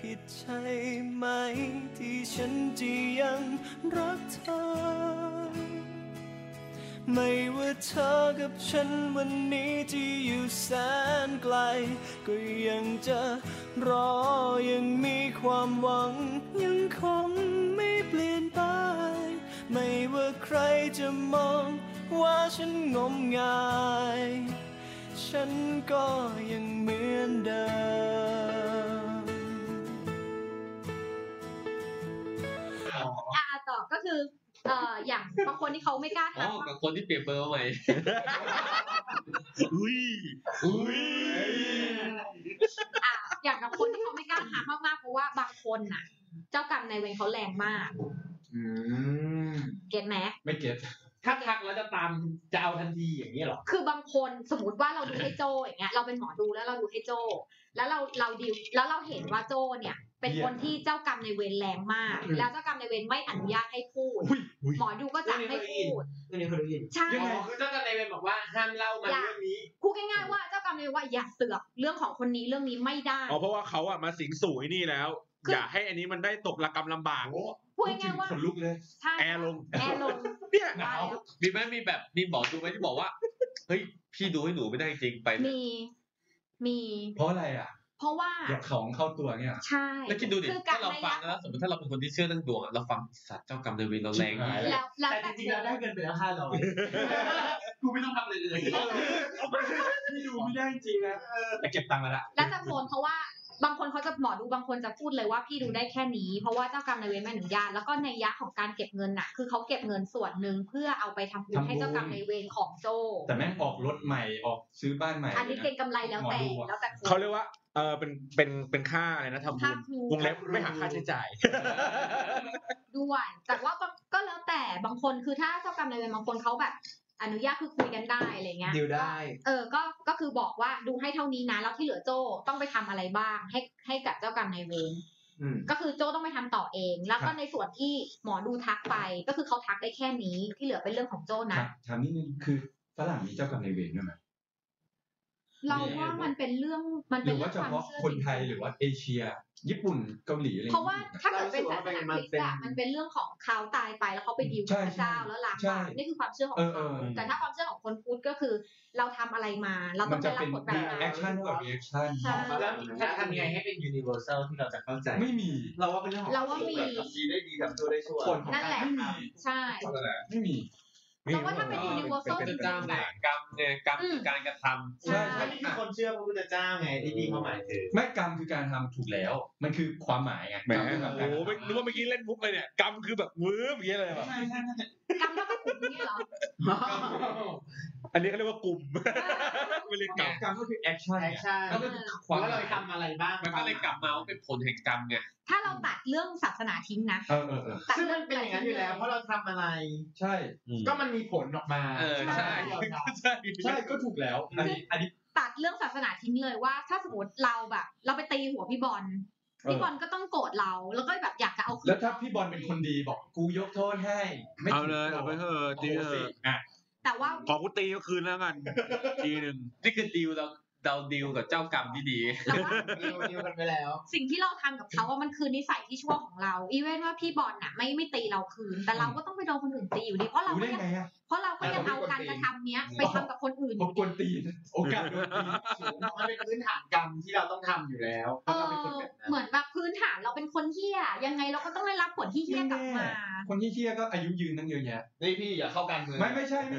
ผิดใช่ไหมที่ฉันจะยังรักเธอไม่ว่าเธอกับฉันวันนี้ที่อยู่แสนไกลก็ยังจะรอยังมีความหวังยังคงไม่เปลี่ยนไปไม่ว่าใครจะมองว่าฉันงมงายฉันก็ยังเหมือนเดิมต่อก็คืออย่างบางคนที่เขาไม่กล้าทำกับคนที่เปลี่ยนเบอร์ใหม่อย่างกับคนที่เขาไม่กล้าทำมากๆเพราะว่าบางคนน่ะเจ้ากรรมนายเวรเขาแรงมากเก็ตไหมไม่เก็ตถ้าทักแล้วจะตามจะเอาทันทีอย่างนี้หรอคือบางคนสมมติว่าเราดูให้โจอย่างเงี้ยเราเป็นหมอดูแล้วเราดูให้โจแล้วเราดิวแล้วเราเห็นว่าโจเนี่ยเป็นคนที่เจ้ากรรมนายเวรแรงมากแล้วเจ้ากรรมนายเวรไม่อนุญาตให้พูดหมอดูก็จะไม่พูดใช่คือเจ้ากรรมนายเวรบอกว่าห้ามเล่ามาเรื่องนี้พูดง่ายๆว่าเจ้ากรรมนายเวรว่าอย่าเสือกเรื่องของคนนี้เรื่องนี้ไม่ได้เพราะว่าเขาอะมาสิงสู่ไอ้นี่แล้วอย่าให้อันนี้มันได้ตกระกำลำบากพูดง่ายๆว่าขนลุกเลยแอร์ลงเนี่ยมีไหมมีบอกดูไหมที่บอกว่าเฮ้ยพี่ดูให้หนูไม่ได้จริงไปมีเพราะอะไรอ่ะเพราะว่าอยากของเข้าตัวเนี่ยใช่แล้วคิดดูดิถ้าเราฟังแล้วสมมติถ้าเราเป็นคนที่เชื่อเรื่องดวงเราฟังสัตว์เจ้ากรรมนายเวรเราแรงแต่จริงๆเราได้เงินไปแล้ว500กูไม่ต้องทำอะไรเลยพี่ดูไม่ได้จริงนะแต่เก็บตังค์แล้วแล้วแต่คนเพราะว่าบางคนเขาจะหมอดูบางคนจะพูดเลยว่าพี่ดูได้แค่นี้เพราะว่าเจ้ากรรมนายเวรไม่อนุญาตแล้วก็ในยะของการเก็บเงินน่ะคือเขาเก็บเงินส่วนหนึ่งเพื่อเอาไปทำบุญให้เจ้ากรรมนายเวรของโจแต่แม่งออกรถใหม่ออกซื้อบ้านใหม่อันนี้เก็งกำไรแล้วแต่เขาเรียกว่าเป็นค่าอะไรนะทำบุญวงเล็บไม่หักค่าใช้จ่ายด้วยแต่ว่าก็แล้วแต่บางคนคือถ้าเจ้ากรรมนายเวรบางคนเขาแบบอนุญาตคือคุยกันได้อะไรเงี้ยดิวได้ก็คือบอกว่าดูให้เท่านี้นะแล้วที่เหลือโจ้ต้องไปทำอะไรบ้างให้กับเจ้ากรรมนายเวรก็คือโจ้ต้องไปทำต่อเองแล้วก็ในส่วนที่หมอดูทักไปก็คือเขาทักได้แค่นี้ที่เหลือเป็นเรื่องของโจ้นะถามนิดนึงคือฝรั่งมีเจ้ากรรมนายเวรด้วยไหมเราว่ามันเป็นเรื่องมันเป็นเรื่องความเชื่อคนไทยหรือว่าเอเชียญี่ปุ่นเกาหลีอะไรเพราะว่าถ้าเกิดเป็นศาสนาคริสต์อะมันเป็นเรื่องของเขาตายไปแล้วเขาไปดิวกับพระเจ้าแล้วล้างบาปนี่คือความเชื่อของเขาแต่ถ้าความเชื่อของคนพุทธก็คือเราทำอะไรมาเราต้องได้รับผลแบบนั้น action กับ reaction แล้วจะทำยังไงให้เป็น universal ที่เราจะเข้าใจไม่มีเราว่าเป็นเรื่องของเราว่ามีดีได้ดีกับตัวได้ชั่วนั่นแหละใช่ไม่มีแต่ว่าถ้าเป็น universal จริงๆกรรมเนี่ยกรรมคือการกระทำใช่ที่คนเชื่อพระพุทธเจ้าไงที่นี่เขาหมายถึงไม่กรรมคือการทำถูกแล้วมันคือความหมายไงแหมโอ้โหนึกว่าเมื่อกี้เล่นมุกเลยเนี่ยกรรมคือแบบวื้ออย่างเงี้ยเลยแบบกรรมเท่ากับกลุ่มนี้เหรออันนี้เขาเรียกว่ากลุ่มไม่เรียกกรรมกรรมก็คือ action ก็คือความเราทำอะไรบ้างมันก็เลยกลับมาว่าเป็นผลแห่งกรรมไงถ้าเราตัดเรื่องศาสนาทิ้งนะซึ่งมันเป็นอย่างนั้นอยู่แล้วเพราะเราทำอะไรใช่ก็มันมีผลออกมาใช่ใช่ก็ถูกแล้วอันนี้ตัดเรื่องศาสนาทิ้งเลยว่าถ้าสมมติเราแบบเราไปตีหัวพี่บอลก็ต้องโกรธเราแล้วก็แบบอยากจะเอาคืนแล้วถ้าพี่บอลเป็นคนดีบอกกูยกโทษให้เอาเลยเอาไปเถอะตีเถอะแต่ว่าขอกูตีก็คืนแล้วกันทีนึงนี่คือดีลเราดีลกับเจ้ากรรมที่ดีดีลกันไปแล้วสิ่งที่เราทำกับเขาว่ามันคือนิสัยที่ชั่วของเราอีเวนว่าพี่บอลน่ะไม่ตีเราคืนแต่เราก็ต้องไปโดนคนอื่นตีอยู่ดีเพราะเราก็ยังเอาการกระทำเนี้ยไปทำกับคนอื่นอยู่ดีตีโอกาสโดนตีสูงมันเป็นพื้นฐานกรรมที่เราต้องทำอยู่แล้วเหมือนแบบพื้นฐานเราเป็นคนเหี้ยยังไงเราก็ต้องได้รับผลที่เหี้ยกลับมาคนที่เหี้ยก็อายุยืนตั้งเยอะแยะนี่พี่อย่าเข้าการเมืองไม่ใช่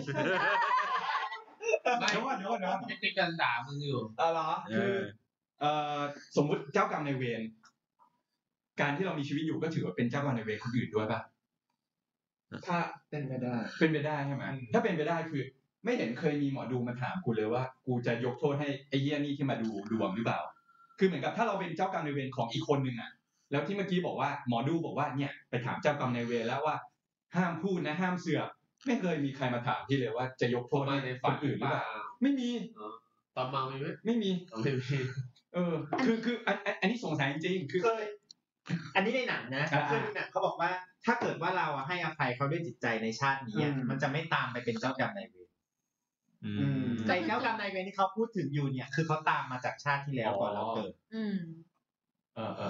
เดี๋ยวติดกันด่ามึงอยู่เหรอคือสมมุติเจ้ากรรมนายเวรการที่เรามีชีวิตอยู่ก็ถือว่าเป็นเจ้ากรรมนายเวรคนอื่นด้วยป่ะถ้าเป็นไปได้ใช่ไหมถ้าเป็นไปได้คือไม่เห็นเคยมีหมอดูมาถามกูเลยว่ากูจะยกโทษให้ไอ้เหี้ยนี่ที่มาดูดวงหรือเปล่าคือเหมือนกับถ้าเราเป็นเจ้ากรรมนายเวรของอีกคนนึงอ่ะแล้วที่เมื่อกี้บอกว่าหมอดูบอกว่าเนี่ยไปถามเจ้ากรรมนายเวรแล้วว่าห้ามพูดนะห้ามเสือกไม่เคยมีใครมาถามที่เลยว่าจะยกโทษให้คนอื่นหรือเปล่าไม่มีตอนมาไม่มีคืออันนี้สงสัยจริงๆคืออันนี้ในหนังนะคือในหนังเขาบอกว่าถ้าเกิดว่าเราให้อภัยเขาด้วยจิตใจในชาตินี้มันจะไม่ตามไปเป็นเจ้ากรรมนายเวรใจเจ้ากรรมนายเวรที่เขาพูดถึงอยู่เนี่ยคือเขาตามมาจากชาติที่แล้วก่อนเราเกิด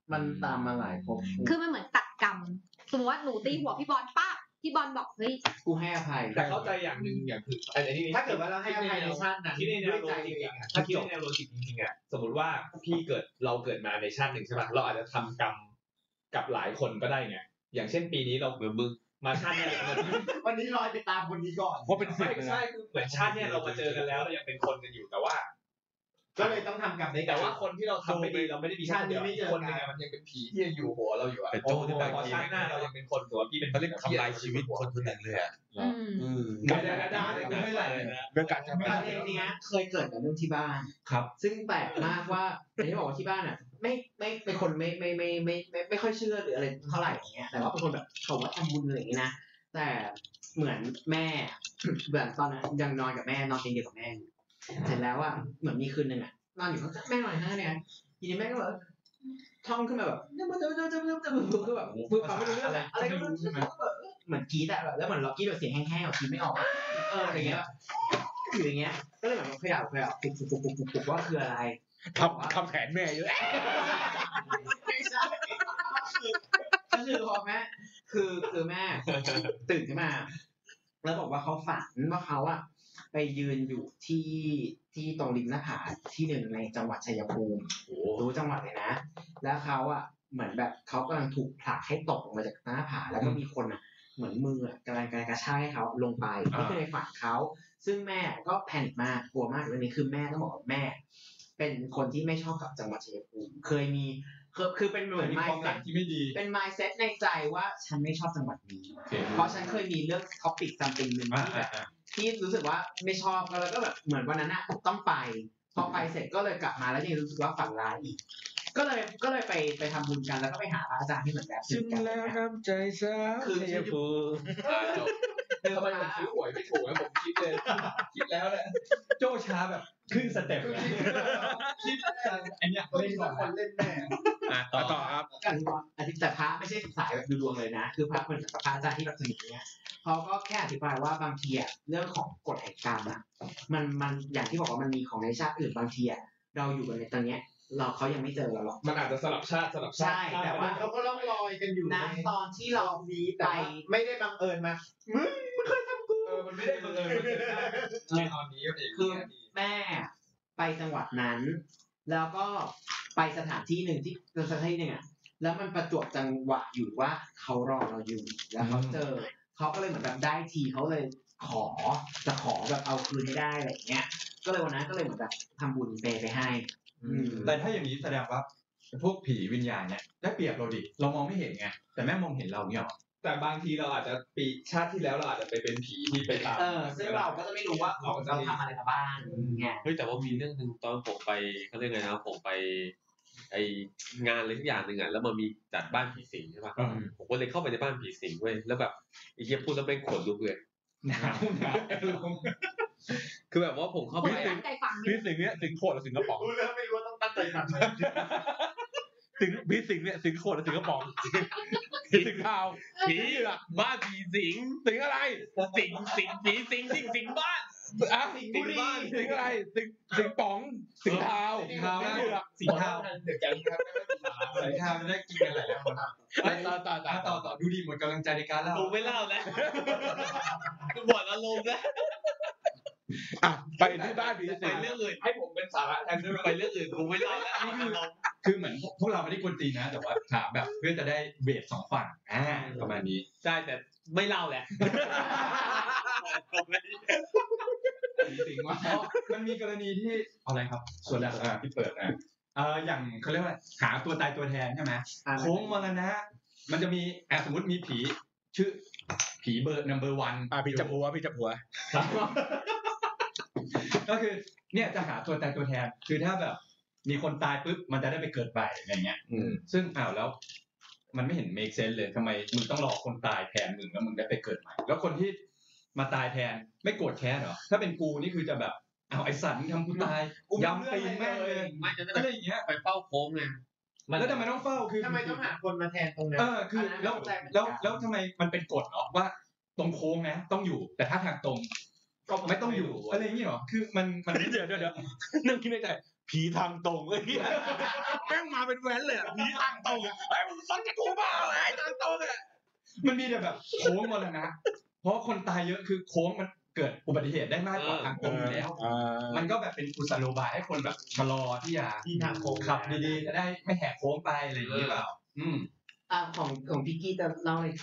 มันตามมาหลายภพคือมันเหมือนตัดกรรมสมมติว่าหนูตีหัวพี่บอลป้าพี่บอลบอกเฮ้ยกูให้อภัยแต่เข้าใจอย่างหนึ่งอย่างคืออันนี้ถ้าเกิดว่าเราให้อภัยในชาตินั้นที่ในแนวโลจิกถ้าคิดในแนวโลจิกจริงๆอ่ะสมมติว่าเราเกิดมาในชาติหนึ่งใช่ป่ะเราอาจจะทำกรรมกับหลายคนก็ได้ไงอย่างเช่นปีนี้เราเหมือนมึงมาชาติเนี่ยวันนี้ลอยไปตามคนนี้ก่อนเพราะเป็นสิบใช่คือเหมือนชาติเนี่ยเรามาเจอกันแล้วเรายังเป็นคนกันอยู่แต่ว่าก็เลยต้องทำกรรมในแต่ว่าคนที่เราทำไม่ดีเราไม่ได้มีชาตินี้ไม่เจอคนนึงมันยังเป็นผีที่ยังอยู่หัวเราอยู่อ่ะเป็นโจ้ที่บางพอทีชาติหน้าเรายังเป็นคนตัวพี่เป็นเขาเรียกทำลายชีวิตคนคนหนึ่งเลยอ่ะไม่ได้ไม่ได้เรื่องการทำประเด็นเนี้ยเคยเกิดกับเรื่องที่บ้านครับซึ่งแปลกมากว่าอย่างที่บอกว่าที่บ้านอ่ะไม่เป็นคนไม่ค่อยเชื่อหรืออะไรเท่าไหร่อย่างเงี้ยแต่ว่าเป็นคนแบบเขาว่าทำบุญอะไรอย่างเงี้ยนะแต่เหมือนแม่ แบบตอนนั้นยังนอนกับแม่นอนเตียงเดียวกับแม่เสร็จแล้วอ่ะเหมือนมีคืนนึงอ่ะนอนอยู่ข้างแม่นอนข้างเนี่ยทีนี้แม่ก็แบบท่องขึ้นมาแบบคือแบบพูดฟังไม่รู้เรื่องอะไรก็ไม่รู้เหมือนกรี๊ดอะแล้วเหมือนเรากรี๊ดแบบเสียงแห้งๆแบบกรี๊ดไม่ออกอะไรเงี้ยอยู่อย่างเงี้ยก็เลยแบบเขย่าปุกว่าคืออะไรทำแผนแม่เยอะไม่ใช่ก็คือพอแม่คือแม่ตื่นขึ้นมาแล้วบอกว่าเขาฝันว่าเขาอะไปยืนอยู่ที่ตรงริมหน้าผาที่หนึ่งในจังหวัดชัยภูมิรู้จังหวัดเลยนะแล้วเขาอะเหมือนแบบเขากำลังถูกผลักให้ตกลงมาจากหน้าผาแล้วก็มีคนอะเหมือนมือกำลังกระชากให้เขาลงไปนี่คือในฝันเขาซึ่งแม่ก็แพนิคมากกลัวมากเรื่องนี้คือแม่ต้องบอกว่าแม่เป็นคนที่ไม่ชอบกับจังหวัดชัยภูมิเคยมีคือเป็นเหมือน mindset ที่ไม่ดีเป็น mindset ในใจว่าฉันไม่ชอบจังหวัดนี้เพราะฉันเคยมีเรื่อง topic something นึงที่แบบที่รู้สึกว่าไม่ชอบแล้วก็แบบเหมือนวันนั้นน่ะต้องไปพอไปเสร็จก็เลยกลับมาแล้วยังรู้สึกว่าฝันร้ายอีกก็เลยไปทำบุญกันแล้วก็ไปหาพระอาจารย์ที่เหมือนแบบซึ่งแล้วน้ำใจซะคือชัยภูมิทำไมผมซื้อหวยไม่ถูกนะผมคิดเลยคิดแล้วแหละโจ้ช้าแบบขึ้นสเต็ปเลยคิดอันเนี้ยเล่นก่อนคนเล่นแน่ต่อครับแต่พระไม่ใช่สายแบบดูดวงเลยนะคือพระเหมือนกับพระอาจารย์ที่แบบสนิทเนี้ยเขาก็แค่อธิบายว่าบางทีอะเรื่องของกฎแห่งกรรมอะมันอย่างที่บอกว่ามันมีของในชาติอื่นบางทีอะเราอยู่กันในตอนเนี้ยเขายังไม่เจอเราหรอกมันอาจจะสลับชาติใช่แต่ว่าเขาก็ล่องลอยกันอยู่นะตอนที่เรานี้ไปไม่ได้บังเอิญมามันเคยทำกูมันไม่ได้บังเอิญในตอนนี้คือแม่ไปจังหวัดนั้นแล้วก็ไปสถานที่หนึ่งอ่ะแล้วมันประจวบจังหวะอยู่ว่าเขารอเราอยู่แล้วเขาเจอเขาก็เลยเหมือนแบบได้ทีเขาเลยขอแบบเอาคืนให้ได้อะไรเงี้ยก็เลยวันนั้นก็เลยเหมือนแบบทำบุญไปให้แต่ถ้าอย่างนี้แสดงว่าพวกผีวิญญาณเนี่ยได้เปรียบเราดิเรามองไม่เห็นไงแต่แม่มองเห็นเราเนี่ยแต่บางทีเราอาจจะปีชาติที่แล้วเราอาจจะไปเป็นผีที่ไปตามซึ่งเราก็จะไม่รู้ว่าเราทำอะไรมาบ้างไงเฮ้ยแต่ว่ามีเรื่องนึงตอนผมไปเขาเรียกไงนะผมไปไองานอะไรทุกอย่างนึงอ่ะแล้วมันมีจัดบ้านผีสิงใช่ป่ะผมก็เลยเข้าไปในบ้านผีสิงเว้ยแล้วแบบไอ้เหี้ยพูดแล้วเป็นขนลุกเลยหนาวคือแบบว่าผมเข้าไปพี่สิงเนี่ยสิงโคตรสิงกระป๋องรู้แล้วไม่รู้ว่าต้องตั้งใจฟังสิงพี่สิงเนี่ยสิงโคตรสิงกระป๋องสิงข่าวผีบ้านผีสิงสิงอะไรสิงผีสิงบ้านสิงบ้านสิงอะไรสิงป๋องสิงข่าวสิงข่าวเดี๋ยวแกมีครับสิงข่าวมันได้กินกันหลายคนต่อดูดีหมดกำลังใจในการเล่าลงไม่เล่าแล้วหมดอารมณ์แล้วไปที่บ้านผีสิงเรื่องอื่นให้ผมเป็นสาระแทนด้วยไปเรื่องอื่นกูไม่เล่าแล้วคือเหมือนพวกเราไม่ได้กวนตีนะแต่ว่าถามแบบเพื่อจะได้เบส2ฝั่งประมาณนี้ใช่แต่ไม่เล่าแหละจริงว่ามันมีกรณีที่อะไรครับส่วนแรกที่เปิดอย่างเขาเรียกว่าหาตัวตายตัวแทนใช่ไหมโค้งมรณะมันจะมีสมมติมีผีชื่อผีเบอร์นัมเบอร์1 ผีจับหัวก็คือเนี่ยจะหาตัวตายตัวแทนคือถ้าแบบมีคนตายปุ๊บมันจะได้ไปเกิดใหม่อะไรเงี้ยซึ่งแล้วมันไม่เห็น make sense เลยทำไมมึงต้องรอคนตายแทนมึงแล้วมึงได้ไปเกิดใหม่แล้วคนที่มาตายแทนไม่โกรธแค้นเหรอถ้าเป็นกูนี่คือจะแบบไอ้สัตว์มึงทำกูตายยำตีแม่งเลยอะไรอย่างเงี้ยไปเฝ้าโค้งไงแล้วทำไมต้องเฝ้าคือทำไมต้องหาคนมาแทนตรงนั้นคือแล้วทำไมมันเป็นกฎเหรอว่าตรงโค้งนะต้องอยู่แต่ถ้าทางตรงก็ไม่ต้องอยู่อะไรอย่างเงี้ยหรอคือมันเดี๋ยวนึกคิดในใจผีทางตรงไอ้เหี้ยแม่งมาเป็นแว้นเลยผีทางตรงไอ้มึงฟังจากกูบ้าไอ้ทางตรงอ่ะมันมีแต่แบบโค้งมรณะเพราะคนตายเยอะคือโค้งมันเกิดอุบัติเหตุได้มากกว่าทางตรงอยู่แล้ว มันก็แบบเป็นกุศโลบายให้คนแบบชะลอที่จะที่ทางโค้งขับดีๆจะได้ไม่แหกโค้งไปอะไรอย่างนี้เปล่าของพี่กี้จะเล่าเลย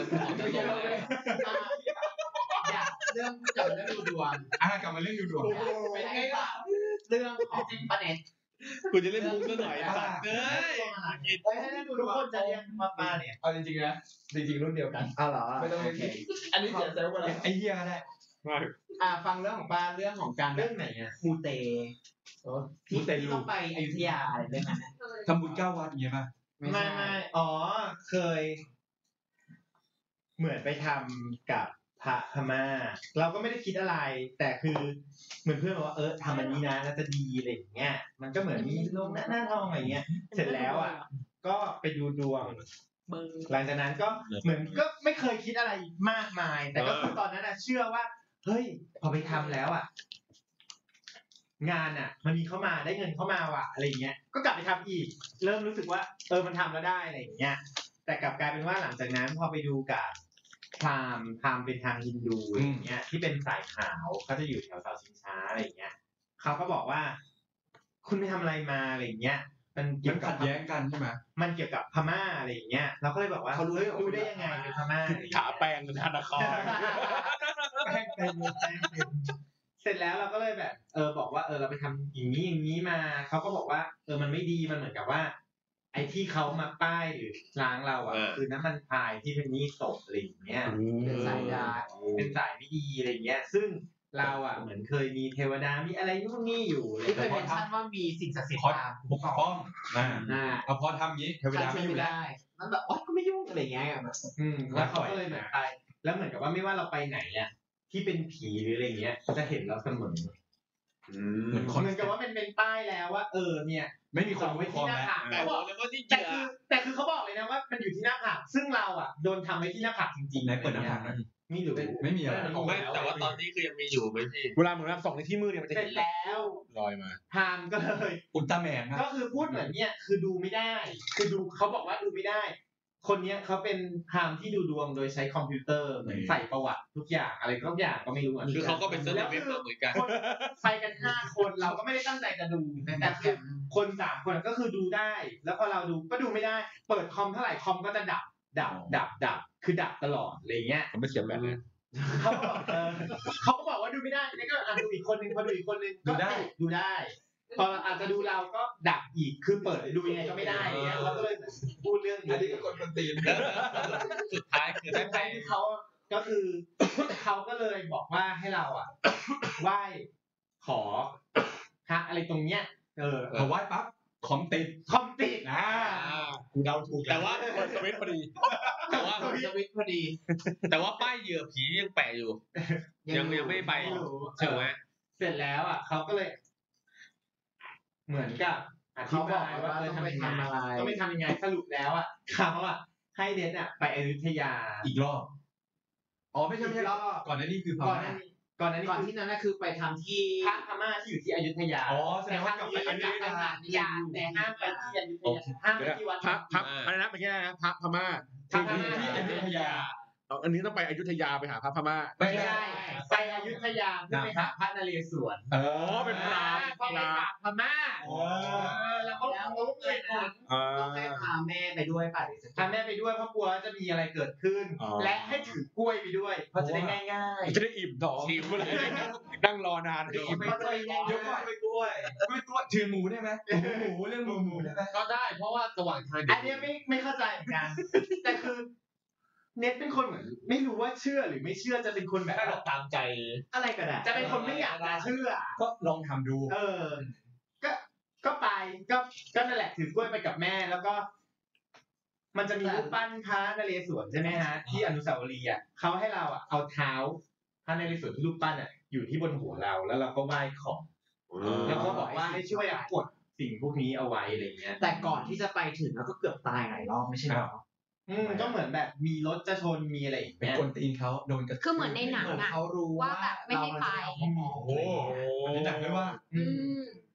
อยากเรื่องกลับมาเรื่องดูดวงกลับมาเรื่องดูดวงเป็นไงล่ะเรื่องของป้าเน็ตกูจะเล่นมุกซะหน่อยสัตว์เอ้ยทุกคนจะเรียกว่าป้าเนี่ยเอาจริงๆนะจริงๆรุ่นเดียวกันเอาเหรอไม่ต้องเรียกอันนี้เสียใจกว่าไอ้เหี้ยก็ได้ฟังเรื่องของป้าเรื่องของการเรื่องไหนอ่ะมูเตที่ต้องไปอยุธยาอะไรเรื่องนั้นทำบุญ9 วัดอย่างเงี้ยป่ะไม่เคยเหมือนไปทำกับพระพม่าเราก็ไม่ได้คิดอะไรแต่คือเหมือนเพื่อนบอกว่าทำอันนี้นะแล้วจะดีอะไรอย่างเงี้ยมันก็เหมือนมีลงหน้าทองอะไรเงี้ยเสร็จแล้วอ่ะก็ไปดูดวงหลังจากนั้นก็เหมือนก็ไม่เคยคิดอะไรมากมายแต่ก็คือตอนนั้นเชื่อว่าเฮ้ยพอไปทำแล้วอ่ะงานอ่ะมันมีเข้ามาได้เงินเข้ามาว่ะอะไรเงี้ยก็กลับไปทำอีกเริ่มรู้สึกว่ามันทำแล้วได้อะไรอย่างเงี้ยแต่กลับกลายเป็นว่าหลังจากนั้นพอไปดูกับพราหมณ์เป็นทางฮินดูอย่างเงี้ยที่เป็นสายขาวเขาจะอยู่แถวเสาชิงช้าอะไรอย่างเงี้ยเขาก็บอกว่าคุณไปทำอะไรมาอะไรอย่างเงี้ยมันขัดแย้งกันใช่ไหมมันเกี่ยวกับพม่าอะไรอย่างเงี้ยเราก็เลยบอกว่าเขารู้ได้ยังไงเป็นพม่าถาแปลงเป็นธนาคารแป้งเป็นเสร็จแล้วเราก็เลยแบบบอกว่าเราไปทำอย่างนี้มาเขาก็บอกว่ามันไม่ดีมันเหมือนกับว่าไอ้ที่เขามาป้ายหรือล้างเราอ่ะคือน้ำมันพายที่เป็นมีศพอะไรอย่างเงี้ยเป็นสายดาร์กเป็นสายไม่ดีอะไรอย่างเงี้ยซึ่งเราอ่ะเหมือนเคยมีเทวดามีอะไรนู่นนี่อยู่ที่เคยเป็นท่านว่ามีสิ่งศักดิ์สิทธิ์ปกป้องเอาพอทำงี้เทวดาไม่อยู่ได้มันแบบก็ไม่ยุ่งอะไรเงี้ยแล้วเขาก็เลยเหมือนไปแล้วเหมือนกับว่าไม่ว่าเราไปไหนอ่ะที่เป็นผีหรืออะไรเงี้ยจะเห็นเราเสมอเหมือนกับว่ามันเป็นป้ายแล้วว่าเนี่ยไม่มีคนไว้ที่หน้าผากแต่คือเขาบอกเลยนะว่ามันอยู่ที่หน้าผากซึ่งเราอ่ะโดนทำไว้ที่หน้าผากจริงๆไหนเปิดหน้าผากนะไม่รู้ไม่มีอะไรไม่แต่ว่าตอนนี้คือยังมีอยู่ไหมพี่เวลาเหมือนเราส่องในที่มืดเนี่ยมันจะเสร็จแล้วลอยมาพามก็เลยอุลตร้าแมนก็คือพูดเหมือนเนี่ยคือดูไม่ได้คือดูเขาบอกว่าดูไม่ได้คนเนี้ยเขาเป็นพามที่ดูดวงโดยใช้คอมพิวเตอร์เหมือนใส่ประวัติทุกอย่างอะไรทุกอย่างก็ไม่รู้คือเขาก็เป็นเซอร์เว็บเหมือนกันไปกัน5 คนเราก็ไม่ได้ตั้งใจจะดูแต่คือคน3 คนก็คือดูได้แล้วพอเราดูก็ดูไม่ได้เปิดคอมเท่าไหร่คอมก็จะดับคือดับตลอดอะไรเงี้ยผมไม่เขียนแบบนี้เขาก็บอกว่าดูไม่ได้แล้วก็ดูอีกคนนึงพอดูอีกคนนึงก็ดูได้พออาจจะดูเราก็ดับอีกคือเปิดดูยังไงก็ไม่ได้เงี้ยเราก็เลยพูดเรื่องนี้ก็คนตีนสุดท้ายคือเขาก็คือเขาก็เลยบอกว่าให้เราไหว้ขอพระอะไรตรงเนี้ยพอไหว้ปั๊บคอมติดกูเดาถูกแต่ว่าสวิตพอดีแต่ว่าสวิตพอดีแต่ว่าป้ายเหยื่อผียังแปะอยู่ยังไม่ไปใช่ไหมเสร็จแล้วเขาก็เลยเหมือนกับเขาบอกว่าต้องไปทำอะไรต้องไปทำยังไงสรุปแล้วเขาให้เดนไปอยุธยาอีกรอบไม่ใช่รอบก่อนหน้านี้คือพม่าก่อนที่นั้นคือไปทำที่พระพม่าที่อยู่ที่อยุธยาแสดงว่ากลับไปอยุธยาแต่ห้ามไปที่อยุธยาห้ามไปที่วัดพระอะไรนะเมื่อกี้นะพระพม่าที่อยุธยาอันนี้ต้องไปอยุธยาไปหาพระพม่าไม่ใช่ไปอยุธยาเพื่อไปหาพระนเรศวรเป็นพราหมณ์ก็ไปหาพม่าแล้วก็รู้เลยนะต้องให้พาแม่ไปด้วยพาแม่ไปด้วยเพราะกลัวจะมีอะไรเกิดขึ้นและให้ถือกล้วยไปด้วยเพราะจะได้ง่ายๆจะได้อิ่มท้องชิมเลยนั่งรอนานอิ่มไปด้วยยกไปกล้วยถือหมูได้ไหมหมูเรื่องหมูได้ไหมก็ได้เพราะว่าระหว่างทางอันนี้ไม่เข้าใจเหมือนกันแต่คือเน็ตเป็นคนเหมือนไม่รู้ว่าเชื่อหรือไม่เชื่อจะเป็นคนแบบตามใจอะไรก็ได้จะเป็นคนไม่อยากจะเชื่อก็ลองทำดูก็ไปก็นั่นแหละถือกล้วยไปกับแม่แล้วก็มันจะมีรูปปั้นพระนเรศวรใช่ไหมฮะที่อนุสาวรีย์เขาให้เราเอาเท้าพระนเรศวรที่รูปปั้นอยู่ที่บนหัวเราแล้วเราก็ไหว้ขอแล้วก็บอกว่าให้ช่วยกดสิ่งพวกนี้เอาไว้อะไรเงี้ยแต่ก่อนที่จะไปถึงแล้วก็เกือบตายหลายรอบไม่ใช่หรอก็เหมือนแบบมีรถจะชนมีอะไรอีกเป็นคนตีนเขาโดนกระคือเหมือนในหนังเขารู้ว่าแบบไม่ให้ไปโอ้โหในหนังเลยว่า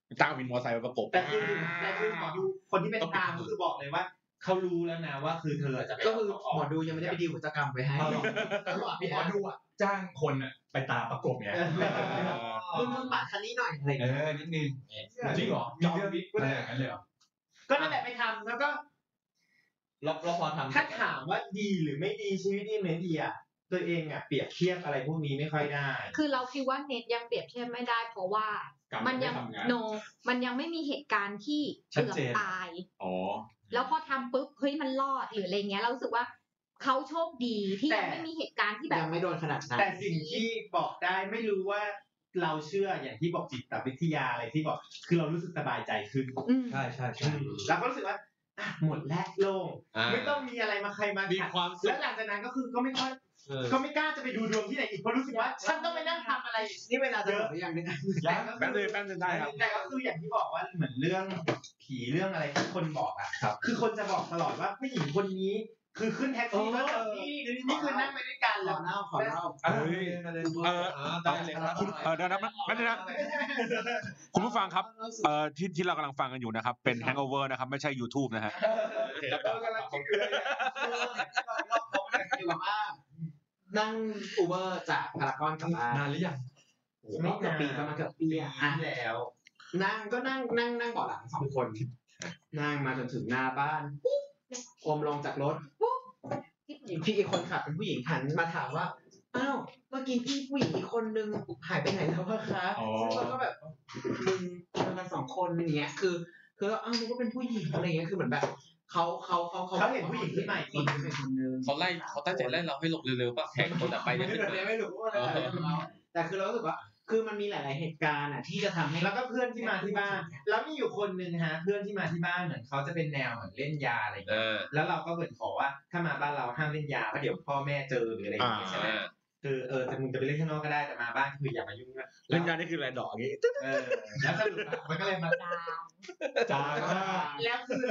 จ้างวินมอเตอร์ไซค์มาประกบแต่คือหมอดูคนที่เป็นตามก็คือบอกเลยว่าเขารู้แล้วนะว่าคือเธอจะก็คือหมอดูยังไม่ได้ไปดีลกิจกรรมไปให้หมอดูจ้างคนไปตามประกบไงมึงปาดคันนี้หน่อยอะไรนิดนึงจริงเหรอมีเรื่องอะไรอย่างนั้นเลยเหรอก็นั่นแหละไปทำแล้วก็เราพอทำถ้าถามว่าดีหรือไม่ดีชีวิตดีไม่ดีอ่ะตัวเองอ่ะเปรียบเทียบอะไรพวกนี้ไม่ค่อยได้คือเราคิดว่าเน็ตยังเปรียบเทียบไม่ได้เพราะว่ามันยังไม่มีเหตุการณ์ที่เกือบตายแล้วพอทำปุ๊บเฮ้ยมันรอดหรืออะไรเงี้ยเรารู้สึกว่าเขาโชคดีที่ยังไม่มีเหตุการณ์ที่แบบยังไม่โดนขนาดนั้นแต่สิ่งที่บอกได้ไม่รู้ว่าเราเชื่ออย่างที่บอกจิตวิทยาอะไรที่บอกคือเรารู้สึกสบายใจขึ้นใช่เราก็รู้สึกว่าหมดแล้วโล่งไม่ต้องมีอะไรมาใครมาแล้วหลังจากนั้นก็คือก็ไม่ค่อยก็ไม่กล้าจะไปดูดวงที่ไหนอีกเพราะรู้สึกว่าฉันต้องไปนั่งทำอะไรนี่เวลาเจออย่างนึงแป๊บนึงได้ครับแต่ก็คืออย่างที่บอกว่าเหมือนเรื่องผีเรื่องอะไรที่คนบอกอ่ะคือคนจะบอกตลอดว่าผู้หญิงคนนี้คือขึ้นแท็กซี่แล้วนี่คือนั่งไปด้วยกันแล้วขอเล่าได้เลยครับเดี๋ยวนะคุณผู้ฟังครับที่เรากำลังฟังกันอยู่นะครับเป็น Hangover นะครับไม่ใช่ YouTube นะฮะนั่งอูเบอร์จากพารากอนกลับบ้านนานหรือยังไม่เกือบปีประมาณเกือบปีแล้วนั่งเบาะหลัง2คนนั่งมาจนถึงหน้าบ้านอมลงจากรถพี่อีกคนขับเป็นผู้หญิงหันมาถามว่าอ้าวเมื่อกี้พี่ผู้หญิงอีกคนนึงหายไปไหนแล้วคะซึ่งเราก็แบบมึงมา2คนอย่างเงี้ยคืออ้าวมันก็เป็นผู้หญิงอะไรเงี้ยคือเหมือนแบบเขาเห็นผู้หญิงที่ใหม่คนนึงเขาตั้งใจไล่เราให้ลงเร็วๆป่ะแข่งคนไปไม่รู้แต่คือเรารู้สึกว่าคือมันมีหลายๆเหตุการณ์ที่จะทำให้แล้วก็เพื่อนที่มาที่บ้านแล้วมีอยู่คนนึงฮะเพื่อนที่มาที่บ้านเหมือนเขาจะเป็นแนวเหมือนเล่นยาอะไรอย่างเงี้ยแล้วเราก็เหมือนขอว่าถ้ามาบ้านเราห้ามเล่นยาเพราะเดี๋ยวพ่อแม่เจอหรืออะไรอย่างเงี้ยใช่ไหมคือแต่มึงจะไปเล่นข้างนอกก็ได้แต่มาบ้านคืออย่ามายุ่งนะเล่นยานี่คืออะไรดอกอย่างงี้แล้วสรุปมันก็เลยมาจางแล้วคือ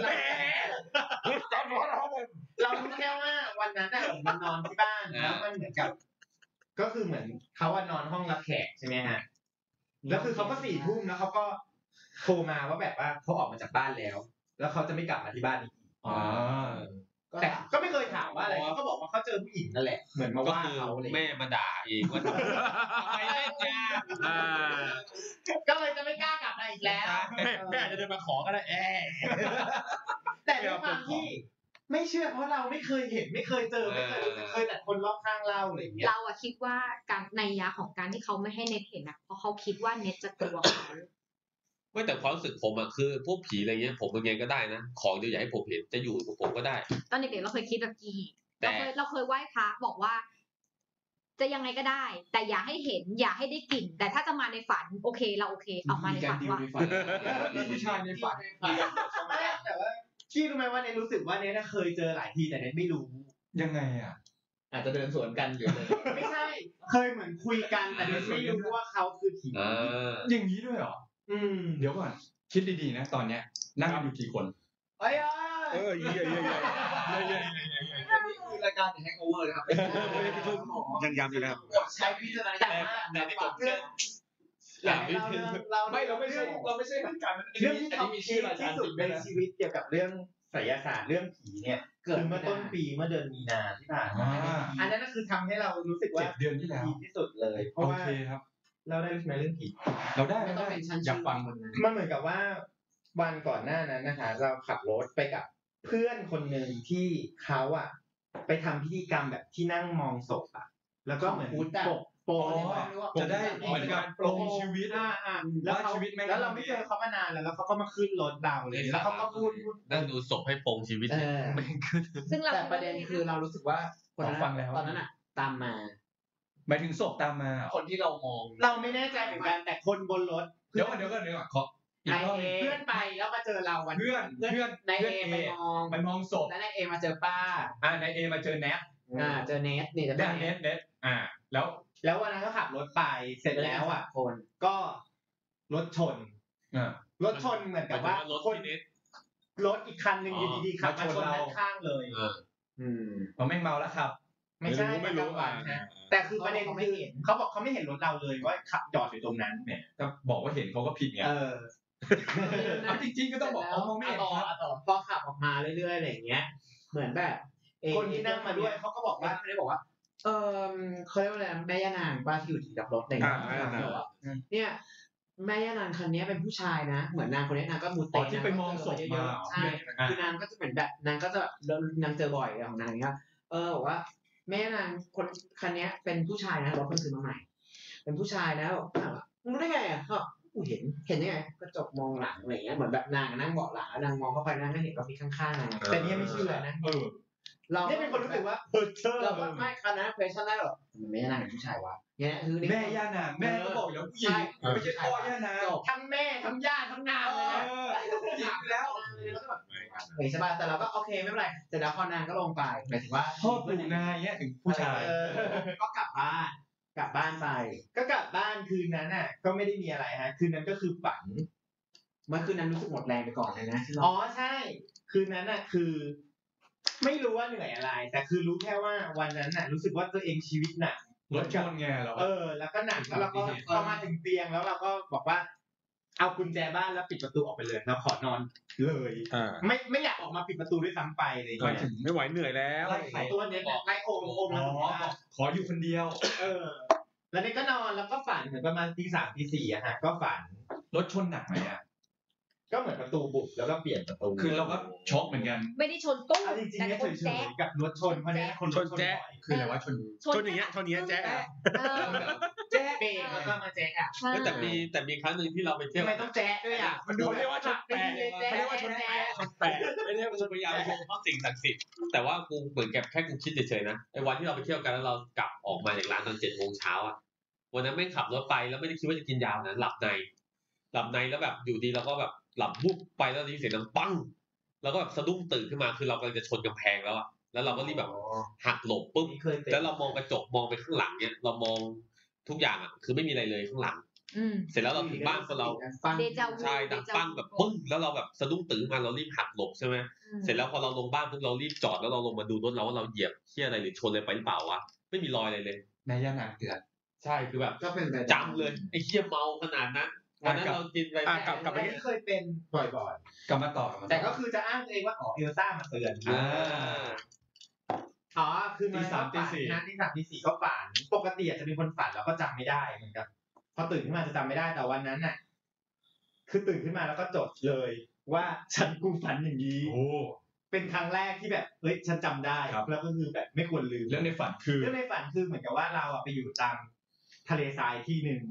เรารู้แค่ว่าวันนั้นน่ะมันนอนที่บ้านแล้วมันเหมือนกับก็คือเหมือนเขานอนห้องรับแขกใช่ไหมฮะแล้วคือเขาก็4 ทุ่มแล้วเขาก็โทรมาว่าแบบว่าเขาออกมาจากบ้านแล้วเขาจะไม่กลับมาที่บ้านอีกแต่ก็ไม่เคยถามว่าอะไรเขาก็บอกว่าเขาเจอผู้หญิงนั่นแหละเหมือนมาว่าเขาเลยแม่มาด่าเองว่าทำไมเล่นยาก็เลยจะไม่กล้ากลับมาอีกแล้วแม่อาจจะเดินมาขอก็ได้แต่ด้วยความที่ไม่เชื่อเพราะเราไม่เคยเห็นไม่เคยเจอไม่เคยเคยแต่คนรอบข้างเล่าอะไรอย่างเงี้ยเราคิดว่าการนัยยะของการที่เขาไม่ให้เน็ตเห็นเพราะเขาคิดว่าเน็ตจะกลัวเขาไม่แต่ความรู้สึกผมคือพวกผีอะไรเงี้ยผมยังไงก็ได้นะของเดียวอย่าให้ผมเห็นจะอยู่กับผมก็ได้ตอนเด็กๆเราเคยคิดแบบนี้เราเคยไหว้พระบอกว่าจะยังไงก็ได้แต่อย่าให้เห็นอย่าให้ได้กลิ่นแต่ถ้าจะมาในฝันโอเคเราโอเคเอามาในฝันว่าผู้ชายในฝันแต่ว่าพี่รู้ไหมว่าเนทรู้สึกว่าเนทเคยเจอหลายทีแต่เนทไม่รู้ยังไงอ่ะอาจจะเดินสวนกันอยู่เลยไม่ใช่เคยเหมือนคุยกันแต่เนทไม่รู้ว่าเขาคือผีอย่างนี้ด้วยเหรอเดี๋ยวก่อนคิดดีๆนะตอนเนี้ยนั่งอยู่กี่คนเฮ้ยเยอะรายการ The Hangover นะครับยังย้ำอยู่นะครับใช้วิจารณญาณแต่ไม่ตกเรื่องเราไม่ใช่รายการเรื่องที่ทำที่สุดในชีวิตเกี่ยวกับเรื่องไสยศาสตร์เรื่องผีเนี่ยเกิดเมื่อต้นปีเมื่อเดือนมีนาที่ผ่านมาอันนั้นก็คือทำให้เรารู้สึกว่าเดือนที่แล้วดีที่สุดเลยเพราะว่าเราได้รู้ไหมเรื่องผีเราได้อยากฟังมันเหมือนกับว่าวันก่อนหน้านั้นนะคะเราขับรถไปกับเพื่อนคนหนึ่งที่เขาไปทำพิธีกรรมแบบที่นั่งมองศพแล้วก็เหมือนโปจะได้เหมือนกับโปรชีวิตแล้วเราไม่เจอเขามานานแล้วเขาก็มาขึ้นรถเราเลยแล้วเขาก็พูดนั่งดูศพให้โปร่งชีวิตไม่ขึ้นแต่ประเด็นคือเรารู้สึกว่าคนนั้นตอนนั้นตามมาหมายถึงศพตามมาคนที่เรามองเราไม่แน่ใจเหมือนกันแต่คนบนรถเดี๋ยวก่อนขอนายเอเพื่อนไปแล้วมาเจอเราวันเพื่อนนายเอไปมองศพแล้วนายเอมาเจอป้านายเอมาเจอแนทเจอเนทนี่จะเป็นเนทแล้ววันนั้นก็ขับรถไปเสร็จแล้วคนก็รถชนเหมือนกับว่าคนรถอีกคันหนึ่งอยู่ดีๆขับมาชนด้านข้างเลยผมไม่เมาแล้วครับไม่ใช่ไม่รู้แต่คือประเด็นคือเขาบอกเขาไม่เห็นรถเราเลยว่าขับจอดอยู่ตรงนั้นเนี่ยก็บอกว่าเห็นเขาก็ผิดไงจริงๆก็ต้องบอกมองไม่เห็นครับพอขับออกมาเรื่อยๆอะไรอย่างเงี้ยเหมือนแบบคนที่นั่งมาด้วยเขาก็บอกว่าเขาบอกว่าเขาเรียกว่าอะไรแม่ย่านางป้าที่อยู่ที่ดับรถอะไรอย่างเงี้ยบอกว่าเนี่ยแม่ย่านางคันนี้เป็นผู้ชายนะเหมือนนางคนนี้นางก็มูเตะที่ไปมองศพมาใช่คือนางก็จะเหมือนแบบนางก็จะนางเจอบ่อยของนางเนี้ยบอกว่าแม่ย่านางคนคันนี้เป็นผู้ชายนะรถเพิ่งซื้อมาใหม่เป็นผู้ชายนะบอกว่ามึงรู้ได้ไงอ่ะก็เห็นยังไงกระจกมองหลังอะไรเงี้ยเหมือนแบบนางนั่งเบาะหลังนางมองเข้าไปนางก็เห็นว่ามีข้างๆนางแต่เนี่ยไม่เชื่อนะเราเนี่ยเป็นคนรู้สึกว่าเราก็ไม่คันนั้นเพรสชั่นแรกหรอกมันไม่ย่านางเป็นผู้ชายวะเนี่ยคือแม่ย่านางแม่ก็บอกแล้วผู้หญิงไม่ใช่พ่อย่านางทั้งแม่ทั้งย่าทั้งนางเลยนะผู้หญิงแล้วแล้วก็แบบใช่ป่ะแต่เราก็โอเคไม่เป็นไรเสร็จแล้วพอนางก็ลงไปหมายถึงว่าพ่อปู่นายเนี่ยถึงผู้ชายก็กลับบ้านไปก็กลับบ้านคืนนั้นน่ะก็ไม่ได้มีอะไรฮะคืนนั้นก็คือฝันเมื่อคืนนั้นรู้สึกหมดแรงไปก่อนเลยนะอ๋อใช่คืนนั้นน่ะคือไม่รู้ว่าเหนื่อยอะไรแต่คือรู้แค่ว่าวันนั้นน่ะรู้สึกว่าตัวเองชีวิตหนักรถชนไงเราแล้วก็หนักแล้วเราก็พอมาถึงเตียงแล้วเราก็บอกว่าเอากุญแจบ้านแล้วปิดประตูออกไปเลยแล้วขอนอนเลยไม่อยากออกมาปิดประตูด้วยซ้ำไปเลยไม่ไหวเหนื่อยแล้วตัวเนี้ยไล่โอมแล้วขออยู่คนเดียวแล้วนี่ก็นอนแล้วก็ฝันเหมือนประมาณตี 3 ตี 4อะฮะก็ฝันรถชนหนักไหมอ่ะก็เหมือนประตูบุบแล้วก็เปลี่ยนประตูคือเราก็ช็อกเหมือนกันไม่ได้ชนตู้แต่คนแจ๊กกับรถชนเพราะนี้คนชนแจ๊กคืออะไรว่าชนอย่างเงี้ยแจ๊กแจ๊กเบรกแล้วก็มาแจ๊กอ่ะแต่มีครั้งนึงที่เราไปเที่ยวทำไมต้องแจ๊กด้วยอ่ะมันดูเรียกว่าชนแปะไม่เรียกว่าชนแปะไม่เรียกว่าชนพยายามชมเพราะสิ่งศักดิ์สิทธิ์แต่ว่ากูเหมือนกับแค่กูคิดเฉยๆนะไอ้วันที่เราไปเที่ยวกันแล้วเรากลับออกมาจากร้านตอน 7 โมงเช้าอ่ะวันนั้นไม่ขับรถไปแล้วไม่ได้คิดว่าจะกินยาวนะหลับในแล้วแบบอยู่ดีเราก็แบบหลับวุบไปแล้วได้ยินเสียงดังปังแล้วก็แบบสะดุ้งตื่นขึ้นมาคือเรากำลังจะชนกำแพงแล้วอะแล้วเราก็รีบแบบหักหลบปุ๊บแล้วเรามองกระจกมองไปข้างหลังเนี่ยเรามองทุกอย่างอะคือไม่มีอะไรเลยข้างหลังเสร็จแล้วเราถึงบ้านเราใช่ดังปังแบบปึ้งแล้วเราแบบสะดุ้งตื่นมาเรารีบหักหลบใช่ไหมเสร็จแล้วพอเราลงบ้านปุ๊บเรารีบจอดแล้วเราลงมาดูรถเราว่าเราเหยียบเหี้ยอะไรหรือชนอะไรไปหรือเปล่าวะไม่มีรอยอะไรเลยแม่ย่านางเตือนใช่คือแบบก็เป็นจำเลยไอ้เหี้ยเมาขนาดนั้นวันนั้นเรากินไปกลับไปที่เคยเป็นบ่อยๆกลับมาต่อแต่ก็คือจะอ้างตัวเองว่าเอลซ่ามาเตือนคือตี 3 ตี 4นะตี 3 ตี 4ก็ฝันปกติจะเป็นคนฝันแล้วก็จำไม่ได้เหมือนกันพอตื่นขึ้นมาจะจำไม่ได้แต่วันนั้นน่ะคือตื่นขึ้นมาแล้วก็จดเลยว่าฉันกูฝันอย่างนี้เป็นครั้งแรกที่แบบเฮ้ยฉันจำได้แล้วก็คือแบบไม่ควรลืมเรื่องในฝันคือเหมือนกับว่าเราไปอยู่ตามทะเลทรายที่นึง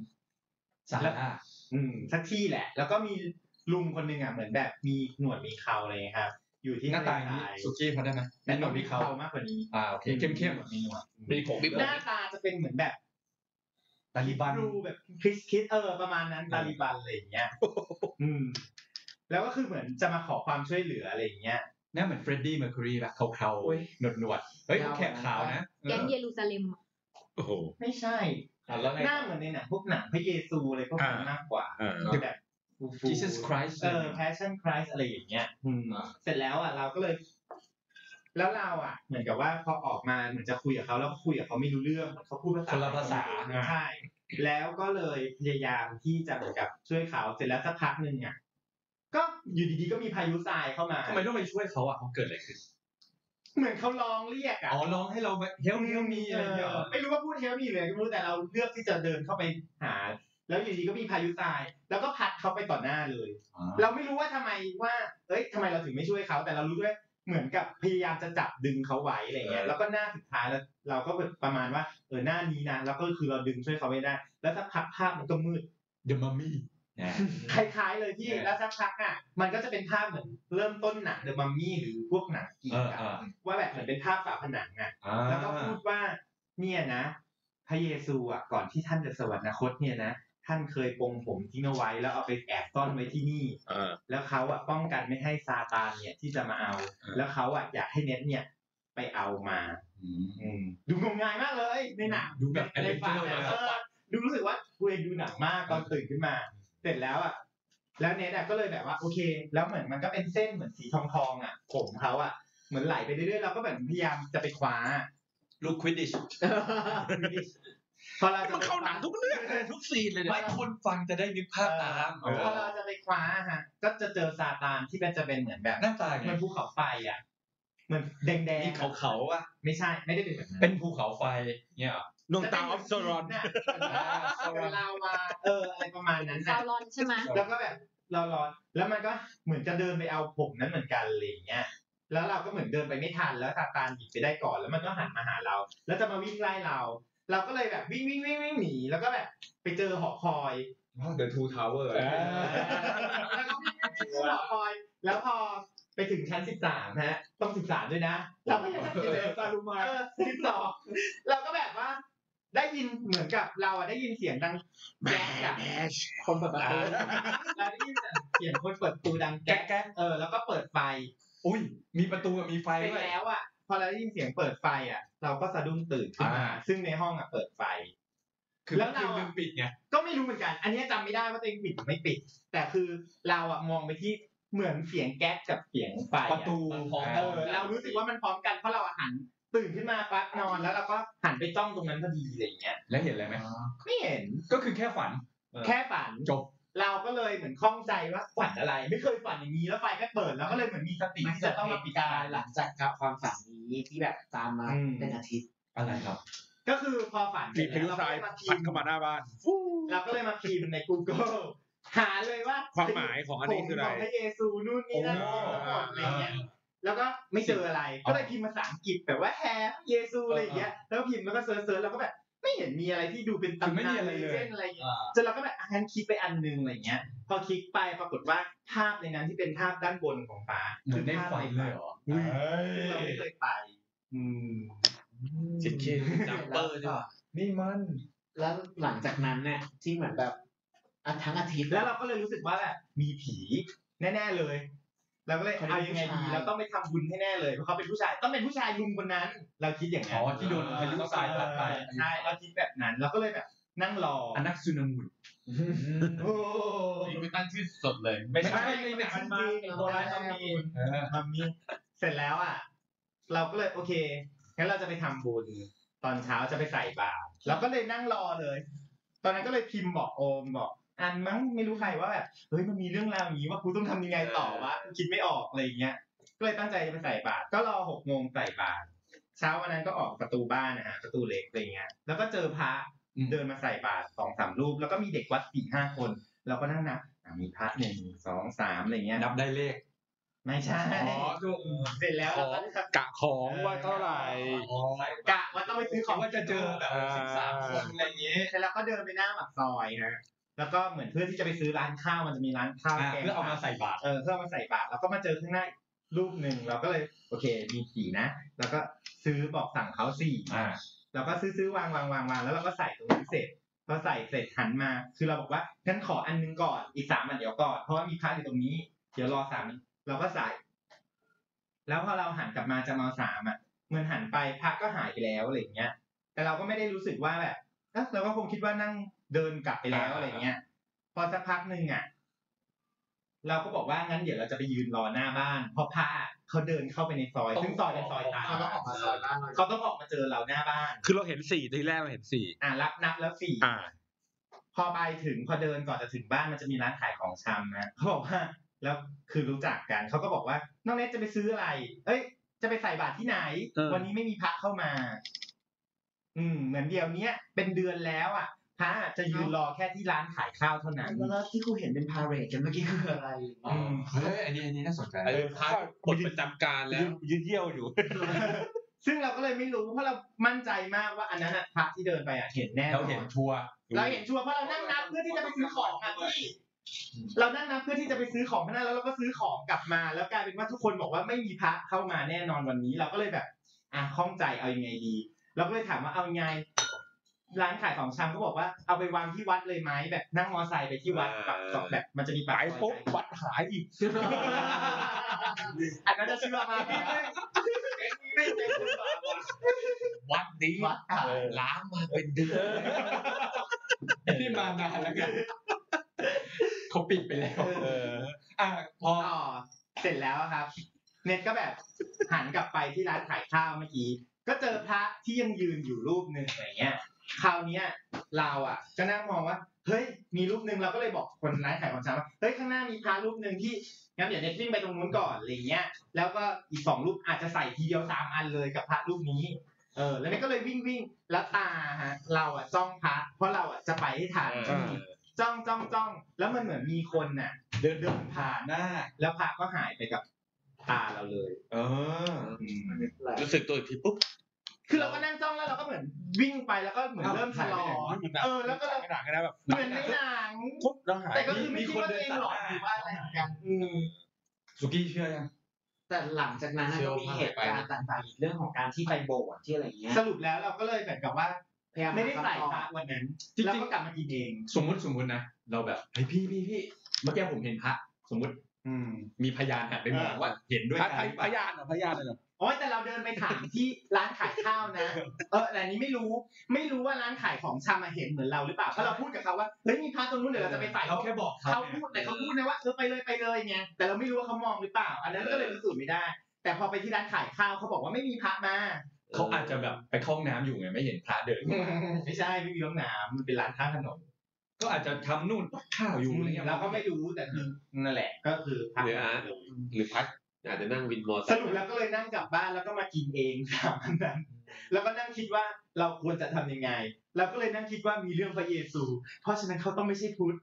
สักที่แหละแล้วก็มีลุงคนนึงอ่ะเหมือนแบบมีหนวดมีเขาอะไรครับอยู่ที่หน้าตานี้สุกี้พอได้ไหมแต่หนวดมีเขามากกว่านี้โอเคเข้มๆมีหนวดมีผมหน้าตาจะเป็นเหมือนแบบตาลิบันดูแบบคริสประมาณนั้นตาลิบันอะไรอย่างเงี้ยแล้วก็คือเหมือนจะมาขอความช่วยเหลืออะไรอย่างเงี้ยน่าเหมือนเฟรดดี้เมอร์คิวรีแบบเขาๆหนวดเฮ้ยแขกขาวนะแก๊งเยรูซาเล็มโอ้โหไม่ใช่หน้าเหมือนในหนังพวกหนังพระเยซูอะไรพวกนั้นมากกว่าแบบ Jesus Christ Passion Christ อะไรอย่างเงี้ยเสร็จแล้วอ่ะเราก็เลยแล้วเราอ่ะเหมือนกับว่าพอออกมาเหมือนจะคุยกับเขาแล้วคุยกับเขาไม่รู้เรื่องเขาพูดคนละภาษาใช่แล้วก็เลยพยายามที่จะเหมือนกับช่วยเขาเสร็จแล้วสักพักนึงอ่ะก็อยู่ดีๆก็มีพายุทรายเข้ามาทำไมต้องไปช่วยเขาอ่ะเขาเกิดอะไรขึ้นเหมือนเขาร้องเรียกอ่ะร้องให้เราเฮลมีอะไรอย่างเงี้ยไม่รู้ว่าพูดเฮลมีเลยไม่รู้แต่เราเลือกที่จะเดินเข้าไปหาแล้วอยู่ดีก็มีพายุทรายแล้วก็พัดเขาไปต่อหน้าเลยเราไม่รู้ว่าทำไมเราถึงไม่ช่วยเขาแต่เรารู้ด้วยเหมือนกับพยายามจะจับดึงเขาไว้อะไรเงี้ยแล้วก็หน้าสุดท้ายแล้วเราก็ประมาณว่าหน้านี้นะแล้วก็คือเราดึงช่วยเขาไม่ได้แล้วสักพักภาพมันก็มืด The Mummy คล้ายๆเลยพี่แล้วสักพักอ่ะมันก็จะเป็นภาพเหมือนเริ่มต้นหนัง The Mummy หรือพวกหนังกีกว่าแบบเหมือนเป็นภาพฝาผนังอ่ะแล้วก็พูดว่าเนี่ยนะพระเยซูอ่ะก่อนที่ท่านจะสวรรคตเนี่ยนะท่านเคยปลงผมทิ้งเอาไว้แล้วเอาไปแอบซ่อนไว้ที่นี่แล้วเขาอ่ะป้องกันไม่ให้ซาตานเนี่ยที่จะมาเอาแล้วเขาอ่ะอยากให้เน็ตเนี่ยไปเอามาดูงมงายมากเลยในหนังดูแบบในฝันดูรู้สึกว่ากูเองดูหนังมากตอนตื่นขึ้นมาเสร็จแล้วอ่ะแล้วเน็ตก็เลยแบบว่าโอเคแล้วเหมือนมันก็เป็นเส้นเหมือนสีทองอ่ะผมเขาอ่ะเหมือนไหลไปเรื่อยๆเราก็แบบพยายามจะไปคว้าลูกควิดดิชพอเราจะมันเข้าหนังทุกเรื่องเลยทุกซีนเลยเนี่ยไม่คนฟังจะได้นึกภาพตามพอเราจะไปคว้าฮะก็จะเจอซาตานที่จะเป็นเหมือนแบบหน้าตาเหมือนภูเขาไฟอ่ะเหมือนแดงนี่เขาๆอ่ะๆไม่ใช่ไม่ได้เป็นแบบนั้นเป็นภูเขาไฟเนี่ยดวงตาออฟโซรอนเป็นลาวาอะไรประมาณนั้นซานะลอนใช่ไหมแล้วก็แบบเราร้อนแล้วมันก็เหมือนจะเดินไปเอาผมนั้นเหมือนกันอะไรอย่างเงี้ยแล้วเราก็เหมือนเดินไปไม่ทันแล้วซาตานหยิบไปได้ก่อนแล้วมันก็หันมาหาเรา แล้วจะมาวิ่งไล่เราก็เลยแบบวิ่งหนีแล้วก็แบบไปเจอหอคอย The Two Tower แล้วก็วิ่งหอคอย แล้วพอไปถึงชั้น13ฮะต้อง13ด้วยนะเราไม่อยากจะเจอซาลูมา12เราก็แบบว่าได้ยินเหมือนกับเราได้ยินเสียงดังแก๊กอะคนเปิดประตูเราได้ยินเสียงคนเปิดประตูดังแก๊กแล้วก็เปิดไฟอุ้ยมีประตูกับมีไฟไปด้วยแล้วอ่ะพอเราได้ยินเสียงเปิดไฟอ่ะเราก็สะดุ้งตื่นขึ้นมาซึ่งในห้องอ่ะเปิดไฟคือแล้วเราลืมปิดไงก็ไม่รู้เหมือนกัน อันนี้จำไม่ได้ว่าตัวเองปิดหรือไม่ปิด แต่คือเราอ่ะมองไปที่เหมือนเสียงแก๊สกับเสียงไฟประตูเรารู้สึกว่ามันพร้อมกันเพราะเราหันตื่นขึ้นมาปั๊บนอนแล้วเราก็หันไปจ้องตรงนั้นพอดีอะไรอย่างเงี้ยแล้วเห็นอะไรไหมไม่เห็นก็คือแค่ฝันแค่ฝันจบเราก็เลยเหมือนข้องใจว่าฝันอะไร ไม่เคยฝันอย่างนี้แล้วไฟก็เปิดแล้วก็เลยเหมือนมีสติที่จะต้องมาปิดตาหลังจากความฝันนี้ที่แบบตามมาเป็นอาทิตย์อะไรครับก็คือพอฝันมีพายุทรายพัดเข้ามาหน้าบ้านเราก็เลยมาพิมพ์ใน Google หาเลยว่าความหมายของอันนี้คืออะไรของพระเยซูนู่นนี่นั่นทั้งหมดอะไรเงี้ยแล้วก็ไม่เจออะไรก็เลยพิมพ์ภาษาอังกฤษแบบว่าแฮร์เยซูอะไรอย่างเงี้ยแล้วพิมพ์แล้วก็เซิร์ชแล้วก็แบบไม่เห็นมีอะไรที่ดูเป็นตำไม่นามีนอะไรเลยเส้นอะไรอย่างเงี้ยจนเราก็แบบงั้นคลิกไปอันนึงอะไรเงี้ยพอคลิกไปปรากฏว่าภาพในนั้นที่เป็นภาพด้านบนของฟ้าเหมือนในฝันเลยเหรอซึ่งเราไม่เคยไปเจ็ดเคจัมเปอร์นี่นี่มันแล้วหลังจากนั้นเนี่ยที่เหมือนแบบทั้งอาทิตย์แล้วเราก็เลยรู้สึกว่าแบบมีผีแน่ๆเลยเราก็เลยเอายังไงดีเราต้องไปทำบุญให้แน่เลยเพราะเขาเป็นผู้ชายต้องเป็นผู้ชายลุงคนนั้น เราคิดอย่างนั้นที่โดนพายุทรายพัดไปใช่เราคิดแบบนั้นเราก็เลยแบบนั่งรออันนักซึนามุนโอ้นี่ไม่ตั้งชื่อสดเลยไม่ใช่มันมาโบราณต้องมีมันมีเสร็จแล้วอ่ะเราก็เลยโอเคงั้นเราจะไปทำบุญตอนเช้าจะไปใส่บาตรเราก็เลยนั่งรอเลย ตอนนั้นก็เลยพิมพ์บอกโอมบอกอันมั้งไม่รู้ใครว่าแบบเฮ้ยมันมีเรื่องราวอย่างนี้ว่ากูต้องทำยังไงต่อวะคิดไม่ออกอะไรอย่างเงี้ยก็เลยตั้งใจจะไปใส่บาตรก็รอ6 โมงใส่บาตรเช้าวันนั้นก็ออกประตูบ้านนะฮะประตูเหล็กอะไรเงี้ยแล้วก็เจอพระเดินมาใส่บาตร2-3 รูปแล้วก็มีเด็กวัด4-5 คนเราก็นั่งนับมีพระ1 2 3อะไรเงี้ยนับได้เลขไม่ใช่เสร็จแล้วเราก็กะของว่าเท่าไหร่กะว่าต้องไปซื้อของว่าจะเจอแบบ13 คนอะไรอย่างงี้เสร็จแล้วก็เดินไปหน้าปากซอยนะแล้วก็เหมือนเพื่อที่จะไปซื้อร้านข้าวมันจะมีร้านข้าวแกงเพื่อเอามาใส่บาตรเพื่อเอามาใส่บาตรแล้วก็มาเจอข้างหน้ารูปหนึ่งเราก็เลยโอเคมี4นะแล้วก็ซื้อบอกสั่งเขา4แล้วก็ซื้อวางแล้วเราก็ใส่ตรงนี้เสร็จพอใส่เสร็จหันมาคือเราบอกว่างั้นขออันนึงก่อนอีก3อันเดี๋ยวก่อนเพราะว่ามีพระอยู่ตรงนี้เดี๋ยวรอ3เราก็ใส่แล้วพอเราหันกลับมาจะมา3เหมือนหันไปพระก็หายไปแล้วอะไรอย่างเงี้ยแต่เราก็ไม่ได้รู้สึกว่าแบบเราก็คงคิดว่านั่งเดินกลับไปแล้วอะไรเงี้ยพอสักพักนึงเราก็บอกว่างั้นเดี๋ยวเราจะไปยืนรอหน้าบ้านเพราะพระเขาเดินเข้าไปในซอยซึ่งซอยเป็นซอยตันเขาต้องออกมาซอยบ้านเขาต้องออกมาเจอเราหน้าบ้านคือเราเห็น4ทีแรกเราเห็น4 รับนับแล้ว4พอไปถึงพอเดินก่อนจะถึงบ้านมันจะมีร้านขายของชำนะเขาบอกว่าแล้วคือรู้จักกันเขาก็บอกว่าน้องเนทจะไปซื้ออะไรจะไปใส่บาตรที่ไหนวันนี้ไม่มีพระเข้ามาเหมือนเดียวนี้เป็นเดือนแล้วพระจะยืนรอแค่ที่ร้านขายข้าวเท่านั้นแล้วที่กูเห็นเป็นพาเรดกันเมื่อกี้คืออะไรเฮ้ยอันนี้น่าสนใจพักปลดประจำการแล้วยืนเยี่ยวอยู่ซึ่งเราก็เลยไม่รู้เพราะเรามั่นใจมากว่าอันนั้นพระที่เดินไปเห็นแน่นอนเราเห็นชัวร์เราเห็นชัวร์เพราะเรานั่งนับเพื่อที่จะไปซื้อของพี่เรานั่งนับเพื่อที่จะไปซื้อของข้างหน้าแล้วเราก็ซื้อของกลับมาแล้วกลายเป็นว่าทุกคนบอกว่าไม่มีพระเข้ามาแน่นอนวันนี้เราก็เลยแบบข้องใจเอายังไงดีเราก็เลยถามว่าเอายังไงร้านขายของชำก็บอกว่าเอาไปวางที่วัดเลยไหมแบบนั่งมอไซค์ไปที่วัดแบบมันจะมีไปปุ๊บวัดหายอีกอันนั้นจะเชื่อมากไม่ใช่คุณบาปวัดนี้ล้างมาเป็นเดือนที่มานานแล้วกันเขาปิดไปแล้วพอเสร็จแล้วครับเน็ตก็แบบหันกลับไปที่ร้านขายข้าวเมื่อกี้ก็เจอพระที่ยังยืนอยู่รูปหนึ่งอะไรเงี้ยคราวเนี้ยเราอ่ะก็นั่งมองว่าเฮ้ยมีรูปนึงเราก็เลยบอกคนร้านขายของชำว่าเฮ้ยข้างหน้ามีพระรูปนึงที่งั้นเดี๋ยวเน็ตวิ่งไปตรงนู้นก่อนอะไรเงี้ยแล้วก็อีก2รูปอาจจะใส่ทีเดียว3อันเลยกับพระรูปนี้แล้วนี่ก็เลยวิ่งแล้วตาฮะเราอ่ะจ้องพระเพราะเราอ่ะจะไปให้ทันจ้องแล้วมันเหมือนมีคนน่ะเดินผ่านหน้าแล้วพระก็หายไปกับตาเราเลยรู้สึกตัวอีกทีปุ๊บคือเราก็นั่งจ้องแล้วเราก็เหมือนวิ่งไปแล้วก็เหมือนเริ่มชะลอแล้วก็ไม่หนักนะแบบเหมือนในหนังแต่ก็คือไม่คิดว่าตัวเองหลอนหรือว่าอะไรเหมือนกันสุกี้เชื่อยังแต่หลังจากนั้นก็มีเหตุการณ์ต่างๆอีกเรื่องของการที่ไปโบสถ์ที่อะไรเงี้ยสรุปแล้วเราก็เลยเหมือนกับว่าไม่ได้ใส่พระวันนั้นแล้วก็กลับมากินเองสมมุตินะเราแบบเฮ้ยพี่เมื่อกี้ผมเห็นพระสมมุติมีพยานหันไปมองว่าเห็นด้วยกันพยานเหรอโอ้ยแต่เราเดินไปถามที่ร้านขายข้าวนะแต่นี้ไม่รู้ว่าร้านขายของชำเห็นเหมือนเราหรือเปล่าถ้าเราพูดกับเขาว่าเฮ้ยมีพระตรงนู้นเดี๋ยวเราจะไปใส่เขาแค่บอกเขาพูดแต่เขาพูดนะว่าไปเลยไงแต่เราไม่รู้ว่าเขามองหรือเปล่าอันนั้นก็เลยพิสูจน์ไม่ได้แต่พอไปที่ร้านขายข้าวเขาบอกว่าไม่มีพระมาเขาอาจจะแบบไปเข้าห้องน้ำอยู่ไงไม่เห็นพระเดินไม่ใช่ไม่มีห้องน้ำมันเป็นร้านข้างถนนก็อาจจะทำนู่นข้าวอยู่อะไรเงี้ยเราก็ไม่รู้แต่คือนั่นแหละก็คือพักหรือพักอาจจะนั่งวินมอเตอร์สรุปแล้วก็เลยนั่งกลับบ้านแล้วก็มากินเอง3 นั้นแล้วก็นั่งคิดว่าเราควรจะทำยังไงเราก็เลยนั่งคิดว่ามีเรื่องพระเยซูเพราะฉะนั้นเขาต้องไม่ใช่พุทธ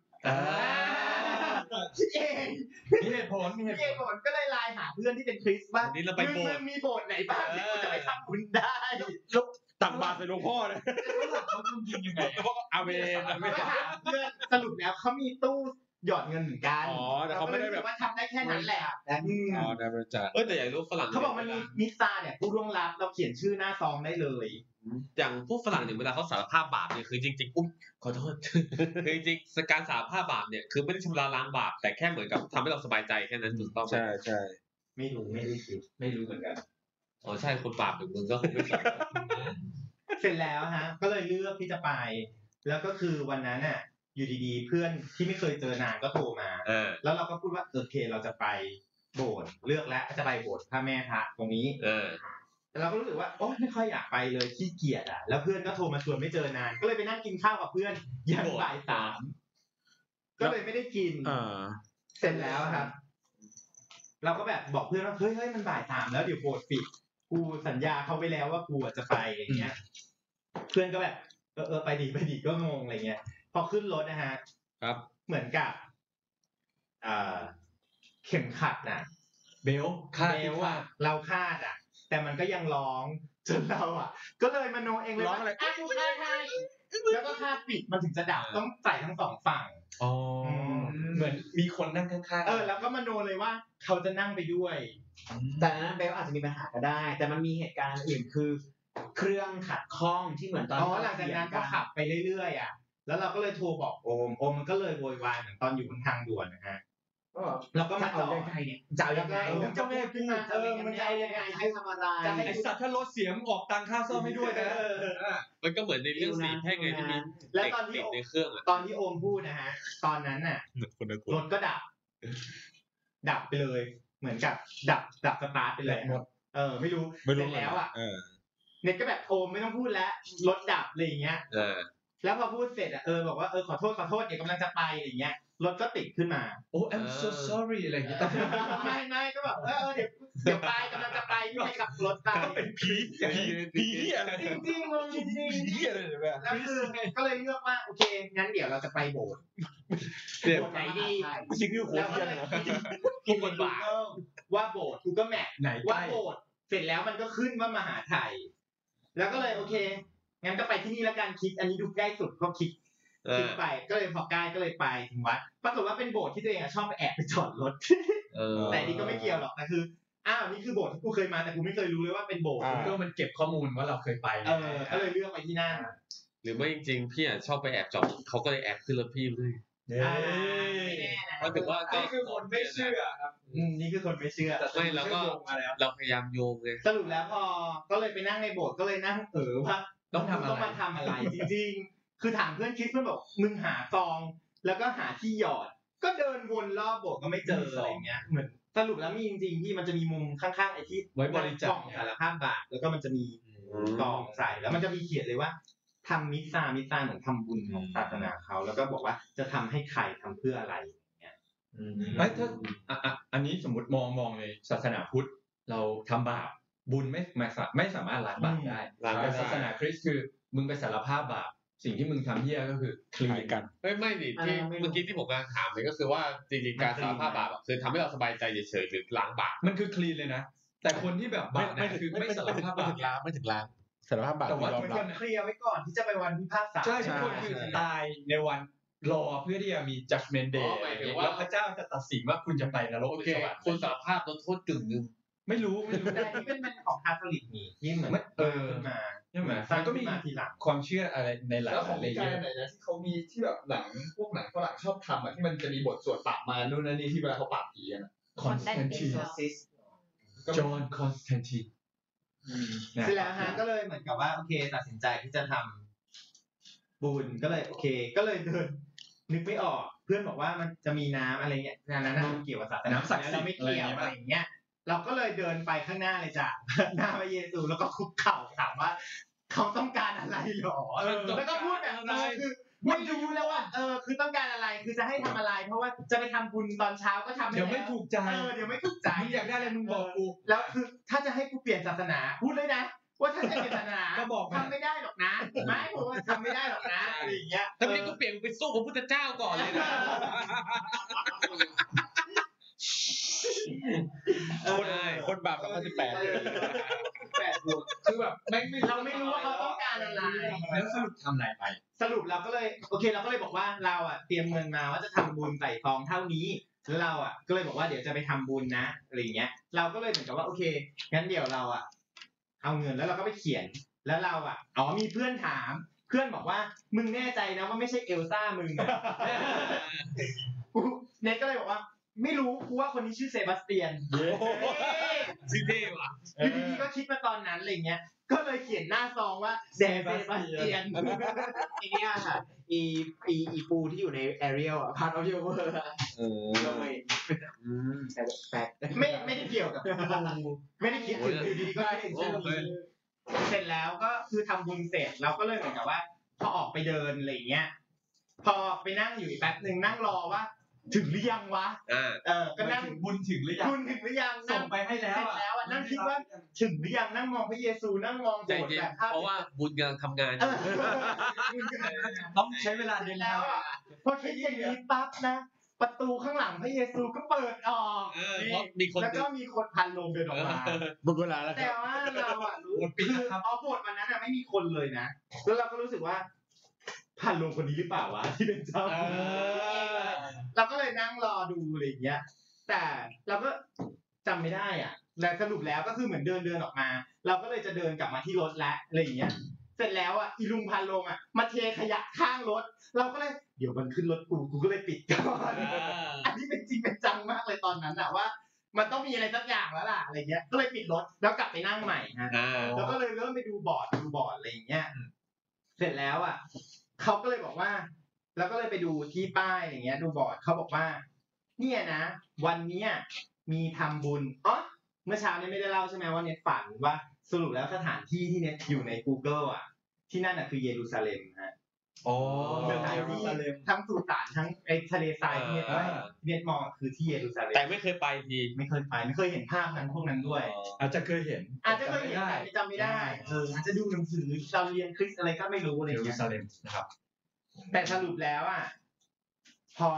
คิดเองมีเหตุผลก็เลยไลน์หาเพื่อนที่เป็นคริสต์ว่ามีโบสถ์ไหนบ้างที่กูจะไปทำบุญได้ตักบาตรใส่หลวงพ่อเลยเขาทำจริงยังไงเพราะอาเมนเพื่อนสรุปแล้วเขามีตู้หยอดเงินเหมือนกันแต่เขาไม่ได้แบบว่าทำได้แค่นั้นแหละได้บริจาคแต่อย่างรูปฝรั่งเขาบอกมันมีมิสซาเนี่ยผู้ร่วงลับเราเขียนชื่อหน้าซองได้เลยอย่างพวกฝรั่งเนี่ยเวลาเขาสารภาพบาปเนี่ยคือจริงๆขอโทษคือจริงๆการสารภาพบาปเนี่ยคือไม่ได้ชำระล้างบาปแต่แค่เหมือนกับทำให้เราสบายใจแค่นั้นถูกต้องใช่ไม่รู้ไม่ได้คิดไม่รู้เหมือนกันใช่คนบาปอย่างมึงก็คงไม่สนเสร็จแล้วฮะก็เลยเลือกที่จะไปแล้วก็คือวันนั้นน่ะอยู่ดีๆเพื่อนที่ไม่เคยเจอนานก็โทรมาแล้วเราก็พูดว่าโอเคเราจะไปโบสถ์เลือกแล้วจะไปโบสถ์พระแม่พระตรงนี้แต่เราก็รู้สึกว่าโอ๊ยไม่ค่อยอยากไปเลยขี้เกียจแล้วเพื่อนก็โทรมาชวนไม่เจอนานก็เลยไปนั่งกินข้าวกับเพื่อนยันบ่าย 3ก็เลยไม่ได้กินเสร็จแล้วครับเราก็แบบบอกเพื่อนว่าเฮ้ยมันบ่าย 3แล้วเดี๋ยวโบสถ์ปิดกูสัญญาเขาไว้แล้วว่ากูจะไปอย่างเงี้ยเพื่อนก็แบบไปดีก็งงอะไรเงี้ยพอขึ้นรถนะฮะครับเหมือนกับเข็มขัดน่ะเบลเราคาดแต่มันก็ยังร้องจนเราก็เลยมโนเองเลยว่ากูคาดให้แล้วก็คาดปิดมันถึงจะดับต้องใส่ทั้ง2ฝั่งเหมือนมีคนนั่งข้างๆแล้วก็มโนเลยว่าเขาจะนั่งไปด้วยแต่นั้นเบลอาจจะมีปัญหาก็ได้แต่มันมีเหตุการณ์อื่นคือเครื่องขัดข้องที่เหมือนตอนหลังจากนั้นก็ขับไปเรื่อยๆแล้วเราก็เลยโทรบอกโอมมันก็เลยโวยวายเหมือนตอนอยู่บนทางด่วนนะฮะเราก็มาต่อยังไงเนี่ยจะยังไงมันจะไม่ขึ้นมันจะยังไงให้ทำอะไรไอสัตว์ถ้ารถเสียงออกตังค่าซ่อมให้ด้วยนะมันก็เหมือนในเรื่องสีแพ่งไงที่มีแล้วตอนที่ในเครื่องตอนที่โอมพูดนะฮะตอนนั้นน่ะรถก็ดับไปเลยเหมือนกับดับสตาร์ทไปเลยหมดไม่รู้เสร็จแล้วเน็ตก็แบบโอมไม่ต้องพูดแล้วรถดับอะไรอย่างเงี้ยแล้วพอพูดเสร็จบอกว่าขอโทษเดี๋ยวกำลังจะไปอย่างเงี้ยรถก็ติดขึ้นมา I'm so sorry อะไรอย่างเงี้ยไม่ก็แบบเดี๋ยวไปกำลังจะไปไม่ขับรถไปเป็นผีอะไรจริงๆมึงจริงอะไรแบบแล้วคือก็เลยเลือกว่าโอเคงั้นเดี๋ยวเราจะไปโบสถ์ไหนดีสิ่งที่โคตรเยี่ยมนะกูกดว่าโบสถ์กูก็แมทว่าโบสถ์เสร็จแล้วมันก็ขึ้นว่ามหาไทยแล้วก็เลยโอเคงั้นก็ไปที่นี่แล้วกันคิดอันนี้ดูใกล้สุดก็คิดไปก็เลยพอใกล้ก็เลยไปถึงวัดปรากฏว่าเป็นโบสถ์ที่ตัวเองชอบไปแอบไปจอดรถแต่นี่ก็ไม่เกี่ยวหรอกแต่คือนี่คือโบสถ์ที่กูเคยมาแต่กูไม่เคยรู้เลยว่าเป็นโบสถ์ก็มันเก็บข้อมูลว่าเราเคยไปก็เลยเลือกไปที่นั่นหรือไม่จริงๆพี่ชอบไปแอบจอดเขาก็เลยแอบขึ้นรถพี่เลยไม่แน่นะเพราะถือว่านี่คือคนไม่เชื่อครับนี่คือคนไม่เชื่อไม่แล้วก็เราพยายามโยงเลยสรุปแล้วพอก็เลยไปนั่งในโบสถ์ก็เลยนั่งว่าต้องมาทำอะไรจริงๆคือถามเพื่อนคิดเพื่อนบอกมึงหาซองแล้วก็หาที่หยอดก็เดินวนรอบโบสถ์ก็ไม่เจออะไรเงี้ยเหมือนสรุปแล้วมีจริงๆที่มันจะมีมุมข้างๆไอ้ที่ไว้บริจาคกล่องสารภาพบาปแล้วก็มันจะมีกล่องใส่แล้วมันจะมีเขียนเลยว่าทำมิสซาเหมือนทำบุญของศาสนาเขาแล้วก็บอกว่าจะทำให้ใครทำเพื่ออะไรเนี่ยไม่ถ้าอันนี้สมมติมองเลยศาสนาพุทธเราทำบาปบุญไม่สามารถล้างบาปได้แต่ศาสนาคริสต์คือมึงไปสารภาพบาปสิ่งที่มึงทำเหี้ยก็คือคลีนกันไม่ดิที่เมื่อกี้ที่ผมกำลังถามเลยก็คือว่าจริงๆการสารภาพบาปคือทำให้เราสบายใจเฉยๆหรือล้างบาปมันคือคลีนเลยนะแต่คนที่แบบบาปเนี่ยคือไม่สารภาพบาปไม่ถึงล้างสารภาพบาปแต่ว่าทุกคนเคลียร์ไว้ก่อนที่จะไปวันพิพากษาใช่ทุกคนคือตายในวันรอเพื่อที่จะมี judgment day แล้วพระเจ้าจะตัดสินว่าคุณจะไปนรกหรือสวรรค์คุณสารภาพลดโทษกึ่งนึงไม่รู้แต่ที่เป็นของคาทอลิกนี่ที่เหมือนขึ้นมาใช่ไหมมันก็มีความเชื่ออะไรในหลักแล้วของนิกายไหนนะที่เขามีที่แบบหนังพวกหนังฝรั่งชอบทำอ่ะที่มันจะมีบทสวดปราบมานู่นนั่นนี่ที่เวลาเขาปราบผีกันคอนสแตนตินจอห์นคอนสแตนตินเสร็จแล้วฮะก็เลยเหมือนกับว่าโอเคตัดสินใจที่จะทำบุญก็เลยโอเคก็เลยเดินนึกไม่ออกเพื่อนบอกว่ามันจะมีน้ำอะไรเงี้ยนั้นมันเกี่ยวกับศาสนาเราไม่เกี่ยวอะไรอย่างเงี้ยเราก็เลยเดินไปข้างหน้าเลยจ้ะหน้าพระเยซูแล้วก็คุกเข่าถามว่าเขาต้องการอะไรหรอแล้วก็พูดแบบคือไม่รู้แล้วว่าคือต้องการอะไรคือจะให้ทำอะไรเพราะว่าจะไปทำบุญตอนเช้าก็ทำเดี๋ยวไม่ถูกใจเดี๋ยวไม่ถูกใจมึงอยากได้อะไรมึงบอกกูแล้วคือถ้าจะให้กูเปลี่ยนศาสนาพูดเลยนะว่าถ้าจะเปลี่ยนศาสนาก็บอกทำไม่ได้หรอกนะไม่ผมว่าทำไม่ได้หรอกนะอะไรอย่างเงี้ยถ้าไม่ได้กูเปลี่ยนไปสู้พระพุทธเจ้าก่อนเลยนะคนบาป 2018 บวกคือแบบเราไม่รู้ว่าเขาต้องการอะไรแล้วสรุปทำอะไรไปสรุปเราก็เลยโอเคเราก็เลยบอกว่าเราอ่ะเตรียมเงินมาว่าจะทำบุญใส่ซองเท่านี้แล้วเราอ่ะก็เลยบอกว่าเดี๋ยวจะไปทำบุญนะอะไรอย่างเงี้ยเราก็เลยเหมือนกับว่าโอเคงั้นเดี๋ยวเราอ่ะเอาเงินแล้วเราก็ไปเขียนแล้วเราอ่ะมีเพื่อนถามเพื่อนบอกว่ามึงแน่ใจนะว่าไม่ใช่เอลซ่ามึงเน็ตก็เลยบอกว่าไม่รู้กูว่าคนนี้ชื่อเซบาสเตียนชื่อเท่ว่ะอยู่ดีๆก็คิดมาตอนนั้นอะไรเงี้ยก็เลยเขียนหน้าซองว่าเซบาสเตียนทีนี้ค่ะอีปูที่อยู่ในแอเรียลอ่ะพาร์ทออฟยูเวอร์เลยไม่ได้เกี่ยวกับไม่ได้คิดถึงอยู่ดีๆก็เห็นชื่อเสร็จแล้วก็คือทำบุญเสร็จเราก็เลยเหมือนกับว่าพอออกไปเดินอะไรเงี้ยพอไปนั่งอยู่อีกแป๊บนึงนั่งรอว่าถึงหรือยังวะก็นั่งบุญถึงหรือยังบุญถึงหรือยังส่งไปให้แล้วนั่งคิดว่าถึงหรือยังนั่งมองพระเยซูนั่งมองโบสถ์แบบเพราะว่าบุญกำลังทำงานต้องใช้เวลาเดินแล้วพอคิดอย่างนี้ปั๊บนะประตูข้างหลังพระเยซูก็เปิดออกแล้วก็มีคนพันลงเดินออกมาหมดเวลาแล้วแต่ว่าเรารู้คือโบสถ์วันนั้นไม่มีคนเลยนะแล้วเราก็รู้สึกว่าพันลงคนนี้หรือเปล่าวะที่เป็นเจ้าเราก็เลยนั่งรอดูอะไรอย่างเงี้ยแต่เราก็จำไม่ได้อ่ะแต่สรุปแล้วก็คือเหมือนเดินออกมาเราก็เลยจะเดินกลับมาที่รถแล้วอะไรอย่างเงี้ยเสร็จแล้วอ่ะอีลุงพันลงอ่ะมาเทขยะข้างรถเราก็เลยเดี๋ยวมันขึ้นรถกูก็เลยปิดก่อนอันนี้เป็นจริงเป็นจังมากเลยตอนนั้นอ่ะว่ามันต้องมีอะไรสักอย่างแล้วล่ะอะไรเงี้ยก็เลยปิดรถแล้วกลับไปนั่งใหม่นะแล้วก็เลยเริ่มไปดูบอร์ดอะไรอย่างเงี้ยเสร็จแล้วอ่ะเขาก็เลยบอกว่าแล้วก็เลยไปดูที่ป้ายอย่างเงี้ยดูบอร์ดเขาบอกว่าเนี่ยนะวันเนี้ยมีทำบุญเมื่อเช้านี้ไม่ได้เล่าใช่ไหมว่าเน็ตฝันว่าสรุปแล้วสถานที่ที่เน็ตอยู่ใน Google อ่ะที่นั่นน่ะคือเยรูซาเล็มฮะสถานที่ทั้งสุสานทั้งไอ้ทะเลทรายที่เน็ตมองคือที่เยรูซาเล็มแต่ไม่เคยไปทีไม่เคยไปไม่เคยเห็นภาพนั้นพวกนั้นด้วยอาจจะเคยเห็นแต่จำไม่ได้อาจจะดูหนังสือเราเรียนคริสอะไรก็ไม่รู้อะไรอย่างเงี้ยเยรูซาเล็มนะครับแต่สรุปแล้วอ่ะพอ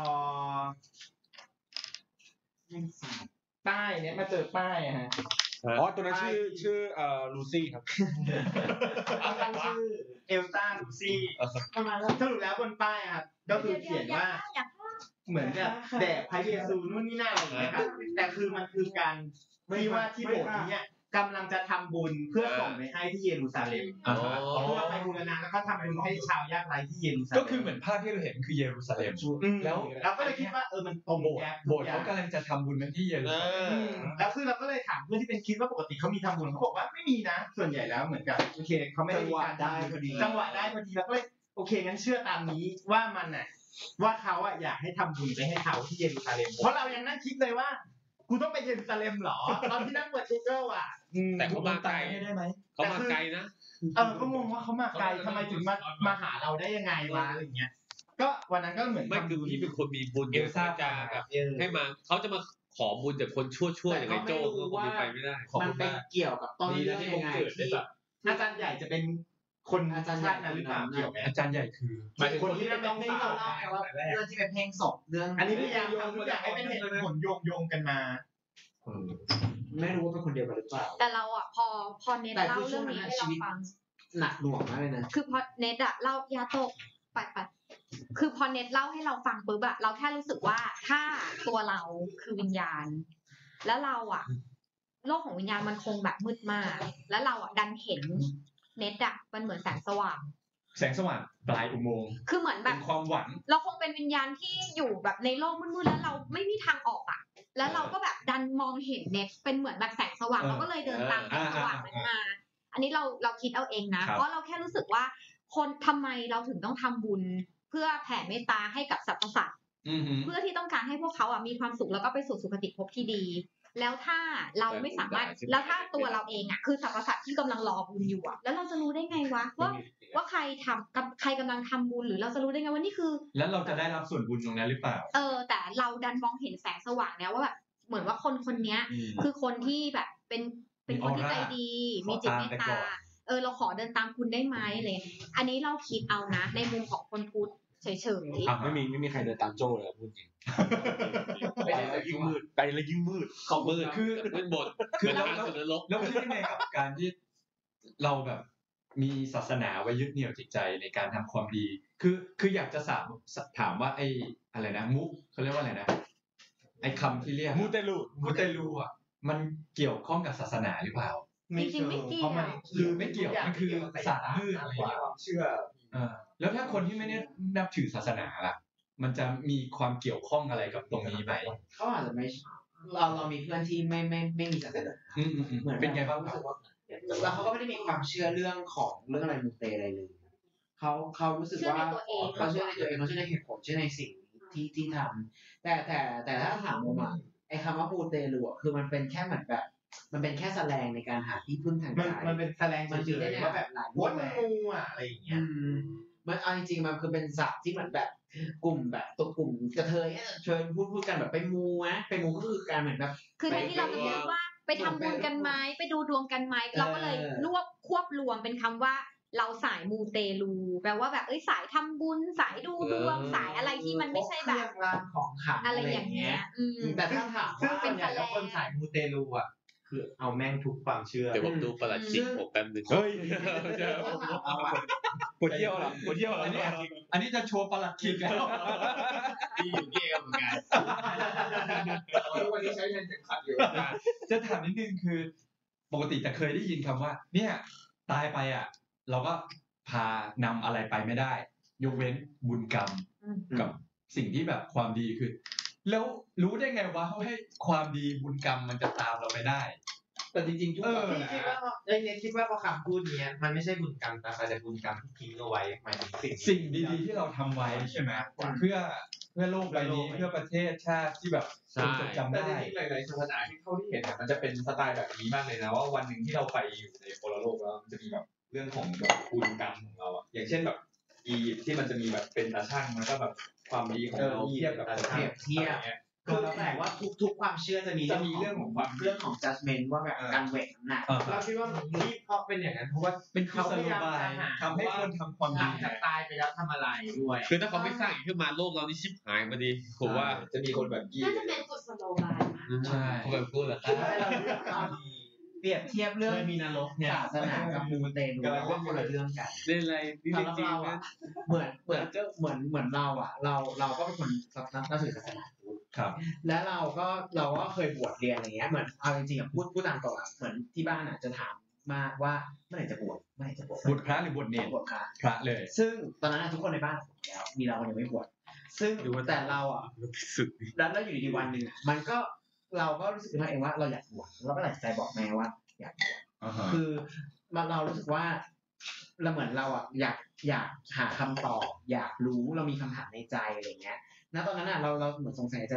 ป้ายเนี่ยมาเจอป้ายฮะตัวนั้นชื่อลูซี่ครับตั้งชื่อเอลต้าลูซี่สรุปแล้วบนป้ายครับก็คือเขียนว่าเหมือนกับแด่พระเยซูนู่นนี่นั่นอะไรอย่างเงี้ยครับแต่คือมันคือการที่ว่าที่โบสถ์นี้กำลังจะทำบุญเพื่อส่งไปให้ที่เยรูซาเล็มเพื่อไปบูรณะแล้วก็ทำบุญให้ชาวยากไร้ที่เยรูซาเล็มก็คือเหมือนภาพที่เราเห็นคือเยรูซาเล็มแล้วเราก็เลยคิดว่ามันตรงแกโบสถ์เขากำลังจะทำบุญไปที่เยรูซาเล็มแล้วคือเราก็เลยถามเพื่อนที่เป็นคิดว่าปกติเขามีทำบุญเขาบอกว่าไม่มีนะส่วนใหญ่แล้วเหมือนกับโอเคเขาไม่ได้มีการได้พอดีจังหวะได้พอดีแล้วก็เลยโอเคงั้นเชื่อตามนี้ว่ามันน่ะว่าเขาอยากให้ทำบุญไปให้เขาที่เยรูซาเล็มเพราะเรายังนั่งคิดเลยว่ากูต้องไปเยรูซาเล็มหรอตอนที่นั่งเปิด Google อ่ะแต่เขามาไกลได้ไหมเขามาไกลนะก็งงว่าเขามาไกลทำไมถึงมาหาเราได้ยังไงวะอะไรเงี้ยก็วันนั้นก็เหมือนไม่คือพี่เป็นคนมีบุญเอลซ่าจะแบบให้มาเขาจะมาขอบุญจากคนชั่วๆอย่างไอ้โจ้ก็คงไปไม่ได้มันเป็นเกี่ยวกับต้นเรื่องยังไงที่อาจารย์ใหญ่จะเป็นคนอาจารย์ใหญ่นั้นหรือเปล่าเกี่ยวไหมอาจารย์ใหญ่คือหมายถึงคนที่เป็เป็น นที่เราเล่าไงว่าเรื่องที่เป็นเพลงศพเรื่องอันนี้พยายามทำทุกอย่างให้เป็นเหตุผลโยงกันมาไม่รู้ว่าเป็นคนเดียวกันหรือเปล่าแต่เราอ่ะพอเน็ตเล่าเรื่องนี้ให้เราฟังหนักหน่วงมากเลยนะคือพอเน็ตอะเล่ายาโตกไปคือพอเน็ตเล่าให้เราฟังปุ๊บอะเราแค่รู้สึกว่าถ้าตัวเราคือวิญญาณ แล้วเราอะโลกของวิญญาณมันคงแบบมืดมาก แล้วเราอะดันเห็นเน็ตอะมันเหมือนแสงสว่างแสงสว่างปลายอุโมงค์คือเหมือนแบเป็บนความหวังเราคงเป็นวิญญาณที่อยู่แบบในโลกมืดๆแล้วเราไม่มีทางออกอะแล้วเราก็แบบดันมองเห็นเน็ตเป็นเหมือนแบบแสงสว่างเราก็เลยเดินตามแสงสว่างนั้นมา อันนี้เราคิดเอาเองนะ เพราะเราแค่รู้สึกว่าคนทำไมเราถึงต้องทำบุญเพื่อแผ่เมตตาให้กับสรรพสัตว์เพื่อที่ต้องการให้พวกเขาอ่ะมีความสุขแล้วก็ไปสู่สุคติภพที่ดี แล้วถ้าเราไม่สามารถแล้วถ้าตัวเราเองอ่ะคือสรรพสัตว์ที่กำลังรอบุญอยู่อ่ะแล้วเราจะรู้ได้ไงวะว่าใครกำลังทำบุญหรือเราจะรู้ได้ไงว่านี่คือแล้วเราจะได้รับส่วนบุญตรงนั้นหรือเปล่าแต่เราดันมองเห็นแสงสว่างเนี่ยว่าแบบเหมือนว่าคนเนี้ยคือคนที่แบบเป็นคนที่ใจดีมีจิตเมตตาเราขอเดินตามคุณได้ไหมอะไรอันนี้เราคิดเอานะในมุมของคนพุทธเฉยๆไม่มีใครเดินตามโจ้เลยพูดจริงไปแล้วยิ่งมืดไปแล้วยิ่งมืดขอบมือคือมืดหมดคือเราแล้วคิดยังไงกับการที่เราแบบมีศาสนาไว้ยึดเหนี่ยวจิตใจในการทำความดีคืออยากจะถามว่าไอ้อะไรนะมุกเขาเรียกว่าอะไรนะไอ้คำที่เรียกมูเตลูอ่ะมันเกี่ยวข้องกับศาสนาหรือเปล่าจริงๆไม่เกี่ยวคือไม่เกี่ยวมันคือศาสตร์มืดอะไรความเชื่อแล้วถ้าคนที่ไม่ได้นับถือศาสนาล่ะมันจะมีความเกี่ยวข้องอะไรกับตรงนี้ไหมเขาอาจจะไม่เรามีเพื่อนที่ไม่มีศาสนาเหมือนเป็นไงบ้างครับแล้วเขาก็ไม่ได้มีความเชื่อเรื่องอะไรมูเตอะไรเลยเขารู้สึกว่าเขาเชื่อในตัวเองเขาเชื่อในเหตุผลเชื่อในสิ่งที่ทำแต่ถ้าถามผมไอ้คำว่ามูเตลูคือมันเป็นแค่เหมือนแบบมันเป็นแค่แสดงในการหาที่พึ่งทางใจมันเป็นแสดงมันได้ว่าแบบหลายวัดงูอะไรอย่างเงี้ยมันเอาจริงๆมันคือเป็นศัพท์ที่เหมือนแบบกลุ่มแบบตัวกลุ่มกระเทยเชิญพูดกันแบบไปมูนะไปมูก็คือการเหมือนแบบคือแทนที่เราจะพูดว่าไปทำบุญกันไหมไปดูดวงกันไหมเราก็เลยควบรวมเป็นคำว่าเราสายมูเตลูแปลว่าแบบสายทำบุญสายดูดวงสายอะไรที่มันไม่ใช่แบบของขังอะไรอย่างเงี้ยแต่ถ้าถามว่าเป็นคนสายมูเตลูอ่ะคือเอาแม่งทุกความเชื่อเดี๋ยวผมดูประหลัดขิกผมแป๊บนึงเฮ้ยปวดเยี่ยวเหรออันนี้จะโชว์ประหลัดขิกแล้วที่อยู่ที่เอวเหมือนกันวันนี้ใช้เงินขัดอยู่จะถามนิดนึงคือปกติจะเคยได้ยินคำว่าเนี่ยตายไปอ่ะเราก็พานำอะไรไปไม่ได้ยกเว้นบุญกรรมกับสิ่งที่แบบความดีคือแล้วรู้ได้ไงวะให้ความดีบุญกรรมมันจะตามเราไปได้แต่จริงๆทุกคนคิดว่าพอคำพูดนี้มันไม่ใช่บุญกรรมแต่บุญกรรมที่ทิ้งเอาไว้หมายถึงสิ่งดีๆที่เราทำไว้ใช่ไหมเพื่อโลกใบนี้เพื่อประเทศชาติที่แบบจดจำได้หลายๆศาสนาที่เขาที่เห็นมันจะเป็นสไตล์แบบนี้มากเลยนะว่าวันหนึ่งที่เราไปอยู่ในโพลโลกแล้วมันจะมีแบบเรื่องของแบบบุญกรรมของเราอย่างเช่นแบบอียิปต์ที่มันจะมีแบบเป็นตาช่างมันก็แบบความดีของเราเทียบกับตาช่างคือแต่ว่าทุกความเชื่อจะมีเรื่องของความเรื่องของ judgment ว่าแบบการเวทน้ำหนักเราคิดว่าที่เพราะเป็นอย่างนั้นเพราะว่าเป็นเขาพยายามทำให้คนทำความดีจะตายไปแล้วทำอะไรด้วยคือถ้าเขาไม่สร้างอีกขึ้นมาโลกเรานี่ชิบหายมาดีผมว่าจะมีคนแบบกี้น่าจะเป็นกุศโลบายใช่เขาแบบพูดแหละเปรียบเทียบเรื่องมีนรกศาสนากับมูเตลูว่าคนละเรื่องกันเล่นอะไรนี่จริงเหมือนเราอ่ะเราก็เป็นคนนับถือศาสนาครับแล้วเราก็เคยบวชเรียนอะไรเงี้ยเหมือนเอาจริงๆพูดตามตรงอ่ะเหมือนที่บ้านอ่ะจะถามมาว่าเมื่อไหร่จะบวชบวชพระหรือบวชเนรบวชพระเลยซึ่งตอนนั้นทุกคนในบ้านแล้วมีเราคนเดียวไม่บวชซึ่งแต่เราอ่ะแล้วอยู่ดีวันหนึ่งมันก็เราก็รู้สึกขึ้นมาเองว่าเราอยากบวชเราก็ตัดสินใจบอกแม่ว่าอยากบวชคือเรารู้สึกว่าเราเหมือนเราอ่ะอยากหาคำตอบอยากรู้เรามีคำถามในใจอะไรเงี้ยณตอนนั้นอ่ะเราเหมือนสงสัยใจว่า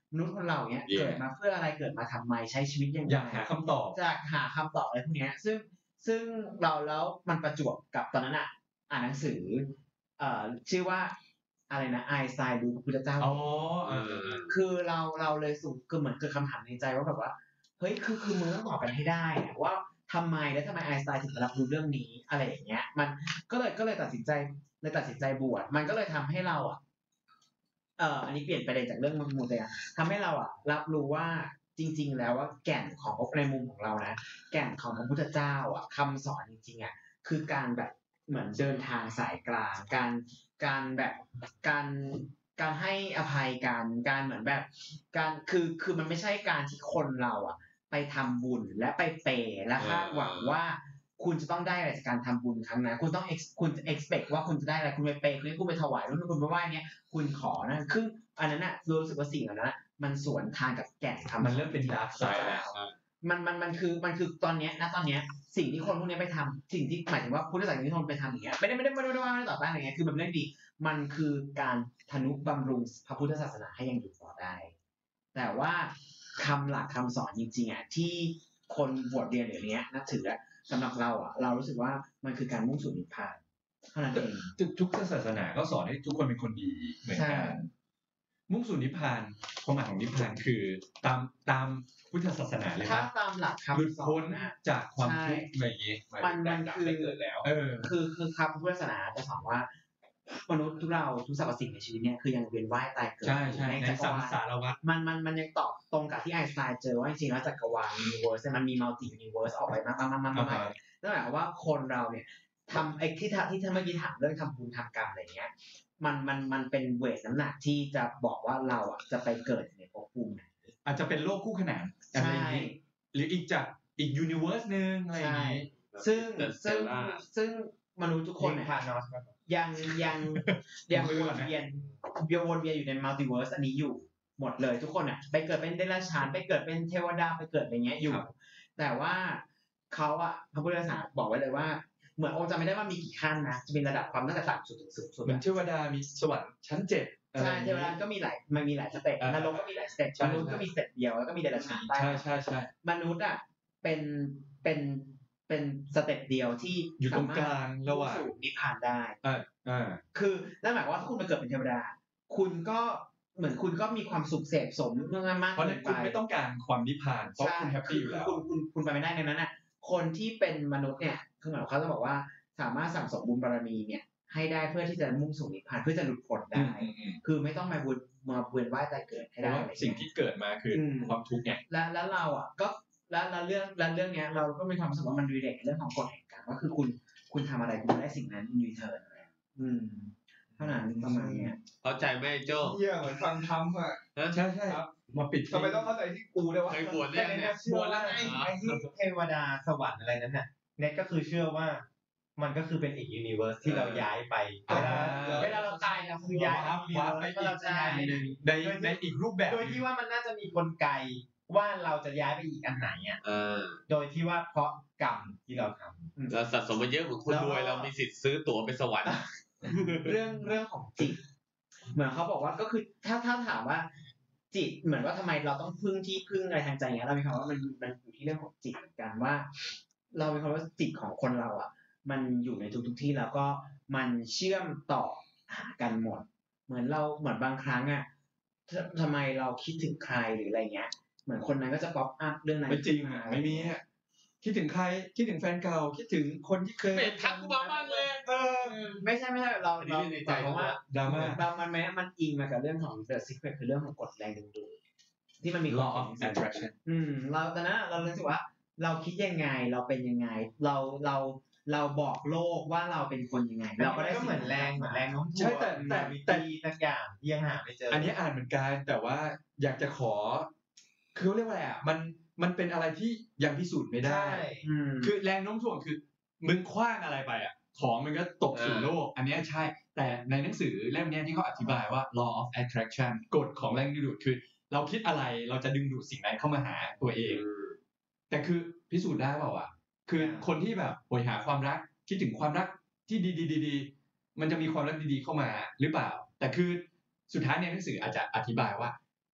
มนุษย์คนเราเนี้ยเกิดมาเพื่ออะไรเกิดมาทำไมใช้ชีวิตยังไงอยากหาคำตอบจะหาคำตอบอะไรพวกเนี้ยซึ่งเราแล้วมันประจวบกับตอนนั้นอ่านหนังสือชื่อว่าอะไรนะไอน์สไตน์ดูพระพุทธเจ้าคือเราเลยสูงคือเหมือนเกิดคำถามในใจว่าแบบว่าเฮ้ยคือมึงต้องตอบกันให้ได้ว่าทำไมไอน์สไตน์ถึงรับรู้เรื่องนี้อะไรอย่างเงี้ยมันก็เลยตัดสินใจบวชมันก็เลยทำให้เราอันนี้เปลี่ยนประเด็นจากเรื่องมูเตะทำให้เรารับรู้ว่าจริงๆแล้วว่าแก่นของในมุมของเรานะแก่นของพระพุทธเจ้าคำสอนจริงๆคือการแบบเหมือนเดินทางสายกลางการแบบการให้อภัยการเหมือนแบบการคือมันไม่ใช่การที่คนเราไปทำบุญและไปเปย์และคาดหวังว่าคุณจะต้องได้อะไรจากการทำบุญครั้งนั้นคุณต้องคุณ expect ว่าคุณจะได้อะไรคุณไปเปย์คุณไปถวายนู่นคุณไปไหว้เนี้ยคุณขอนะคืออันนั้นรู้สึกว่าสิ่งเหล่านั้นมันสวนทางกับแก่นคำมันเริ่มเป็นดาร์กไซด์แล้วมันคือตอนเนี้ยสิ่งที่คนพวกนี้ไปทำสิ่งที่หมายถึงว่าพุทธศาสนาที่คนไปทำอย่างเงี้ยไม่ได้ต่อต้านอะไรเงี้ยคือมันเรื่องดีมันคือการทนุบำรุงพระพุทธศาสนาให้ยังอยู่ต่อได้แต่ว่าคำหลักคำสอนจริงๆที่คนบวชเรียนอย่างเนี้ยนับถือสำหรับเราเรารู้สึกว่ามันคือการมุ่งสู่นิพพานเท่านั้นเองทุกศาสนาก็สอนให้ทุกคนเป็นคนดีเหมือนกันมุ่งสู่นิพพานความหมายของนิพพานคือตามพุทธศาสนาเลยถ้าตามหลักคำสอนจากความทุกข์อะไรอย่างเงี้ยมันคือเกิดแล้วคือคำพุทธศาสนาจะสอนว่ามนุษย์ทุกสรรพสิ่งในชีวิตเนี่ยคือยังเวียนว่ายตายเกิดในสังสารวัฏมันยังตอบตรงกับที่ไอน์สไตน์เจอว่าจริงๆแล้วจักรวาลยูนิเวิร์สมันมีมัลติยูนิเวิร์สออกไปมากนั่นหมายความว่าคนเราเนี่ยทำไอ้ที่เมื่อกี้ถามเรื่องทำบุญทำกรรมอะไรเงี้ยมันเป็นเวทน้ำหนักที่จะบอกว่าเราจะไปเกิดในภพภูมิไหนอาจจะเป็นโลกคู่ขนานอะไรอย่างนี้หรืออีกยูนิเวิร์สนึงอะไรอย่างนี้ซึ่งมนุษย์ทุกคนเนี่ยยังวนเวียนอยู่ในมัลติเวิร์สอันนี้อยู่หมดเลยทุกคนไปเกิดเป็นเดรัจฉานไปเกิดเป็นเทวดาไปเกิดอะไรเงี้ยอยู่แต่ว่าเขาพระพุทธศาสนาบอกไว้เลยว่าเหมือนองค์จำไม่ได้ว่ามีกี่ขั้นนะจะเป็นระดับความตั้งแต่ต่ำสุดถึงสูงสุดเหมือนเทวดามีสวรรค์ชั้น7 ใช่เทวดาก็มีหลายสเต็ปนรกก็มีหลายสเต็ปมนุษย์ก็มีสเต็ปเดียวแล้วก็มีเดรัจฉานใช่มนุษย์เป็นสเต็ปเดียวที่อยู่ตรงกลางระหว่างนิพพานได้คือนั่นหมายว่าถ้าคุณไปเกิดเป็นเทวดาคุณก็เหมือนคุณก็มีความสุขเสพสมเรื่องมากเพราะนั้นคุณไม่ต้องการความนิพพานเพราะคุณแฮปปี้อยู่แล้วคุณไปไม่ได้ในนั้นคนที่เป็นมนุษย์เนี่ยคือหมายเขาจะบอกว่าสามารถสั่งสมบุญบารมีเนี่ยให้ได้เพื่อที่จะมุ่งสู่นิพพานเพื่อจะหลุดพ้นได้คือไม่ต้องมาเวียนว่ายตายเกิดให้ได้สิ่งที่เกิดมาคือความทุกข์ไงแล้วเราก็แล้วเรื่องเนี้ยเราก็มีความรู้สึกว่ามันรีเลทเรื่องของกฎแห่งกรรมก็คือคุณทำอะไรคุณได้สิ่งนั้นin return เท่านั้นประมาณเนี้ยเข้าใจไหมโจ้เหมือนฟังธรรมใช่มาปิดทำไมต้องเข้าใจที่กูด้วยว่าบวชเนี่ยบวชแล้วไอ้ที่เทวดาสวรรค์อะไรนั้นน่ะเน็ตก็คือเชื่อว่ามันก็คือเป็นอีกยูนิเวอร์สที่เราย้ายไปเวลาเราตายเราคือย้ายไปเราจะย้ายในอีกรูปแบบโดยที่ว่ามันน่าจะมีกลไกว่าเราจะย้ายไปอีกอันไหนโดยที่ว่าเพราะกรรมที่เราทำเราสะสมมาเยอะเหมือนคนรวยเรามีสิทธิ์ซื้อตั๋วไปสวรรค์เรื่องของจิตเหมือนเขาบอกว่าก็คือถ้าถามว่าจิตเหมือนว่าทำไมเราต้องพึ่งอะไรทางใจอย่างเงี้ยเรามีคำว่ามันอยู่ที่เรื่องของจิตเหมือนกันว่าเรามีความว่าจิตของคนเรามันอยู่ในทุกที่แล้วก็มันเชื่อมต่อหากันหมดเหมือนบางครั้งทำไมเราคิดถึงใครหรืออะไรเงี้ยเหมือนคนนั้นก็จะป๊อปอัพเรื่องนั้นไม่จริงไม่มีคิดถึงใครคิดถึงแฟนเก่าคิดถึงคนที่เคยเป็นทักกูมาบ้างเลยไม่ใช่เราเพราะว่าดราม่ามันอิงมากับเรื่องของ The Secret คือเรื่องของกฎแรงดึงดูดที่มันมี law of attraction เราตอนนั้นเรารู้สึกว่าเราคิดยังไงเราเป็นยังไงเราบอกโลกว่าเราเป็นคนยังไงเราก็ได้เหมือนแรงโน้มถ่วงใช่แต่สักอย่างยังหาไม่เจออันนี้อ่านเหมือนกันแต่ว่าอยากจะขอคือเรียกว่าอะไรมันเป็นอะไรที่ยังพิสูจน์ไม่ได้คือแรงโน้มถ่วงคือมึงคว้างอะไรไปของมันก็ตกสู่โลกอันนี้ใช่แต่ในหนังสือเล่มนี้ที่เขาอธิบายว่า law of attraction กฎของแรงดึงดูดคือเราคิดอะไรเราจะดึงดูดสิ่งนั้นเข้ามาหาตัวเองแต่คือพิสูจน์ได้เปล่าคือคนที่แบบโหยหาความรักคิดถึงความรักที่ดีมันจะมีความรักดีๆเข้ามาหรือเปล่าแต่คือสุดท้ายในหนังสืออาจจะอธิบายว่า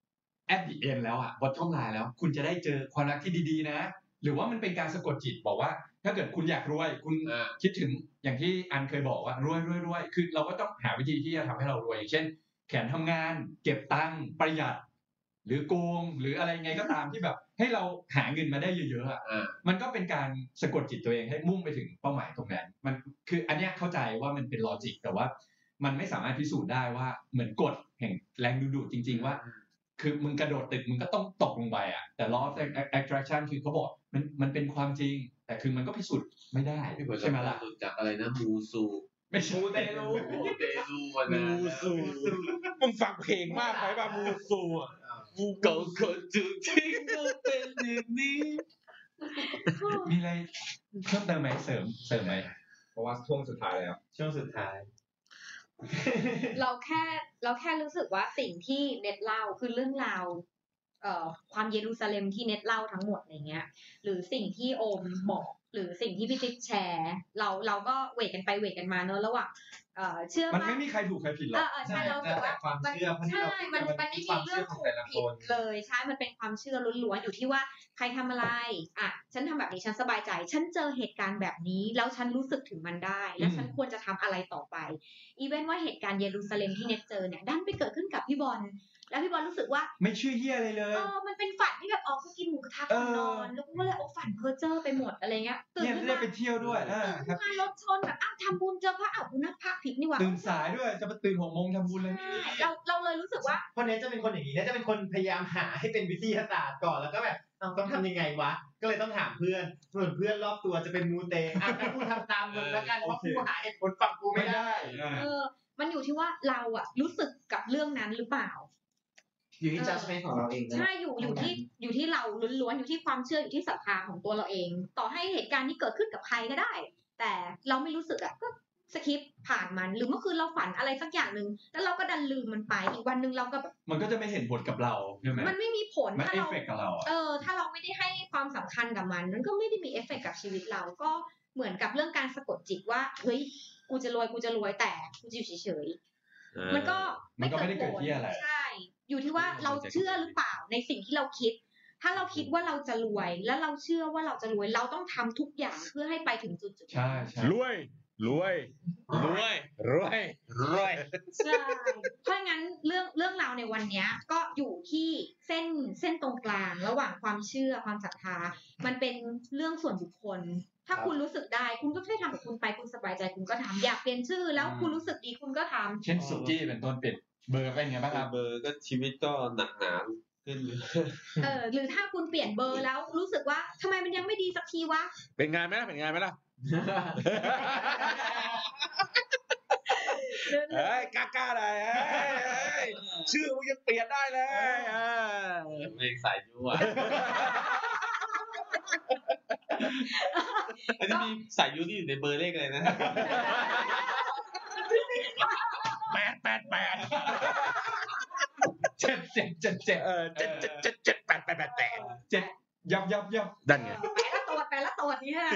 at the end แล้วอ่ะ bottom line แล้วคุณจะได้เจอความรักที่ดีๆนะหรือว่ามันเป็นการสะกดจิตบอกว่าถ้าเกิดคุณอยากรวยคุณคิดถึงอย่างที่อันเคยบอกว่ารวยคือเราก็ต้องหาวิธีที่จะทำให้เรารวยอย่างเช่นแขนทำงานเก็บตังค์ประหยัดหรือโกงหรืออะไรไงก็ตามที่แบบให้เราหาเงินมาได้เยอะๆอ่ะมันก็เป็นการสะกดจิตตัวเองให้มุ่งไปถึงเป้าหมายตรงนั้นมันคืออันเนี้ยเข้าใจว่ามันเป็นลอจิกแต่ว่ามันไม่สามารถพิสูจน์ได้ว่าเหมือนกฎแห่งแรงดึงดูดจริงๆว่าคือมึงกระโดดตึกมึงก็ต้องตกลงไปอ่ะแต่ law of attraction คือเขาบอกมันเป็นความจริงแต่คือมันก็พิสูจน์ไม่ได้ใช่ไหมล่ะจากอะไรนะมูซูไม่ใช่มูเตลูมูซูมึงฟังเพลงมากไปป่ะมูซูอ่ะมูเก่าคนจุดทิ้งก็เป็นอย่างนี้มีอะไรเพิ่มเติมไหมเสริมไหมเพราะว่าช่วงสุดท้ายแล้วช่วงสุดท้ายเราแค่รู้สึกว่าสิ่งที่เน็ตเล่าคือเรื่องราวความเยรูซาเล็มที่เน็ตเล่าทั้งหมดอะไรเงี้ยหรือสิ่งที่โอมบอกหรือสิ่งที่พี่ติ๊กแชร์เราก็เวทกันไปเวทกันมาเนอะระหว่างเชื่อมันไม่มีใครถูกใครผิดหรอกใช่เราแต่ว่าใช่มันไม่มีเรื่องถูกผิดเลยใช่มันเป็นความเชื่อล้วนๆอยู่ที่ว่าใครทำอะไรฉันทำแบบนี้ฉันสบายใจฉันเจอเหตุการณ์แบบนี้แล้วฉันรู้สึกถึงมันได้แล้วฉันควรจะทำอะไรต่อไปอีเวนต์ว่าเหตุการณ์เยรูซาเล็มที่เน็ตเจอเนี่ยดันไปเกิดขึ้นกับพี่บอลแล้วพี่บอลรู้สึกว่าไม่เชื่อเหี้ยอะไรเลยมันเป็นฝันที่แบบกูกินหมูกระทะก่อนนอนแล้วกูก็เลยฝันเพ้อเจ้อไปหมดอะไรเงี้ยตื่นขึ้นมาไปเที่ยวด้วยตื่นมารถชนแบบทำบุญเจอพระกูนักพระผิดนี่หว่าตื่นสายด้วยจะมาตื่น6 โมงทำบุญเลยเราเลยรู้สึกว่าคนนี้จะเป็นคนอย่างนี้จะเป็นคนพยายามหาให้เป็นวิทยาศาสตร์ก่อนแล้วก็แบบต้องทำยังไงวะก็เลยต้องถามเพื่อนส่วนเพื่อนรอบตัวจะเป็นมูเตถ้ากูทำตามมึงแล้วกันเพราะกูหาเหตุผลฝั่งกูไม่ได้มันอยู่ที่ว่าเรารู้สึกกับเรื่องนั้นหรือเปล่าอยู่ที่ judgment ของเราเองใช่อยู่ที่เราล้วนๆอยู่ที่ความเชื่ออยู่ที่ศรัทธาของตัวเราเองต่อให้เหตุการณ์ที่เกิดขึ้นกับใครก็ได้แต่เราไม่รู้สึกก็สคิปผ่านมันหรือเมื่อคืนเราฝันอะไรสักอย่างนึงแล้วเราก็ดันลืมมันไปอีกวันนึงเราก็แบบมันก็จะไม่เห็นผลกับเราใช่ไหมมันไม่มีผลถ้าเรากับเราถ้าเราไม่ได้ให้ความสำคัญกับมันก็ไม่ได้มีเอฟเฟกต์กับชีวิตเราก็เหมือนกับเรื่องการสะกดจิตว่าเฮ้ยกูจะรวยแต่กูจะอยู่เฉยๆมันก็ไม่ได้เกิดที่อะไรใช่อยู่ที่ว่าเราเชื่อหรือเปล่าในสิ่งที่เราคิดถ้าเราคิดว่าเราจะรวยและเราเชื่อว่าเราจะรวยเราต้องทำทุกอย่างเพื่อให้ไปถึงจุดใช่รวยใช่เพราะงั้นเรื่องราวในวันนี้ก็อยู่ที่เส้นตรงกลางระหว่างความเชื่อความศรัทธามันเป็นเรื่องส่วนบุคคลถ้าคุณรู้สึกได้คุณก็แค่ทำกับคุณไปคุณสบายใจคุณก็ทำอยากเปลี่ยนชื่อแล้วคุณรู้สึกดีคุณก็ทำเช่นสุกี้เป็นต้นเปลี่ยนเบอร์เป็นไงบ้างครับเบอร์ก็ชีวิตก็หนักหนาขึ้นหรือถ้าคุณเปลี่ยนเบอร์แล้วรู้สึกว่าทำไมมันยังไม่ดีสักทีวะเป็นงานไหมล่ะเฮ้ยกล้าได้ชื่อมึงยังเปลี่ยนได้เลยไม่ใส่ยั่วอันนี้มีใส่ยูนี่อยู่ในเบอร์เลขเลยนะยับดันไงแปลละตัวนี้ฮะ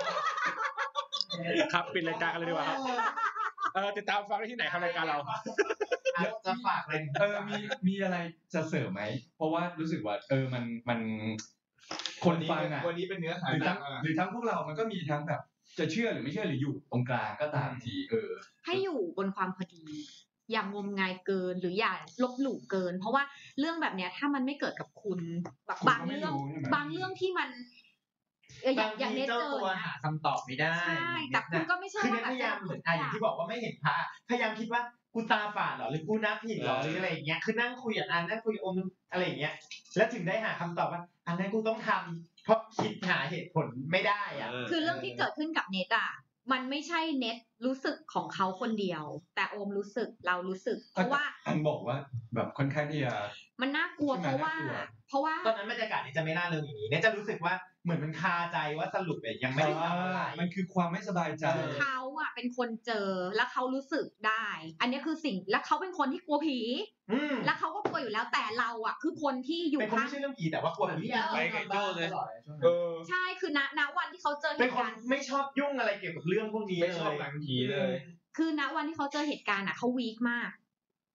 ครับปิดรายการกันเลยดีกว่าครับติดตามฟังได้ที่ไหนครับรายการเราจะฝากเลยมีอะไรจะเสริมไหมเพราะว่ารู้สึกว่ามันคนฟังวันนี้เป็นเนื้อหาหรือทั้งพวกเรามันก็มีทั้งแบบจะเชื่อหรือไม่เชื่อหรืออยู่ตรงกลางก็ตามทีให้อยู่บนความพอดีอย่างงมงายเกินหรืออย่าลบหลู่เกินเพราะว่าเรื่องแบบเนี้ยถ้ามันไม่เกิดกับคุณแบบบางเรื่องที่มันอย่างเจ้าตัวหาคำตอบไม่ได้ใช่แต่คุณก็ไม่ใช่ว่าพยายามเหมือนอย่างที่บอกว่าไม่เห็นพระพยายามคิดว่ากูตาฝาดหรอหรือกูนับผิดหรอหรืออะไรอย่างเงี้ยคือนั่งคุยกับนั่งคุยอมอะไรอย่างเงี้ยแล้วถึงได้หาคำตอบว่าอันนั้นกูต้องทำเพราะคิดหาเหตุผลไม่ได้คือเรื่องที่เกิดขึ้นกับเน็ตมันไม่ใช่เน็ตรู้สึกของเขาคนเดียวแต่โอมรู้สึกเรารู้สึกเพราะว่าอันบอกว่าแบบค่อนข้างที่จะมันน่ากลัวเพราะว่าตอนนั้นบรรยากาศนี่จะไม่น่าเริงอย่างนี้เนี่ยจะรู้สึกว่าเหมือนมันคาใจว่าสรุปยังไม่ได้ทำอะไรมันคือความไม่สบายใจเขาเป็นคนเจอแล้วเขารู้สึกได้อันนี้คือสิ่งแล้วเขาเป็นคนที่กลัวผีแล้วเขาก็กลัวอยู่แล้วแต่เราคือคนที่อยู่เป็นคนไม่ใช่เรื่องผีแต่ว่ากลัวผีไปกับโจ้เลยใช่คือณวันที่เขาเจอเหตุการณ์ไม่ชอบยุ่งอะไรเกี่ยวกับเรื่องพวกนี้ไม่ชอบหนังผีเลยคือณวันที่เขาเจอเหตุการณ์เขาวีคมาก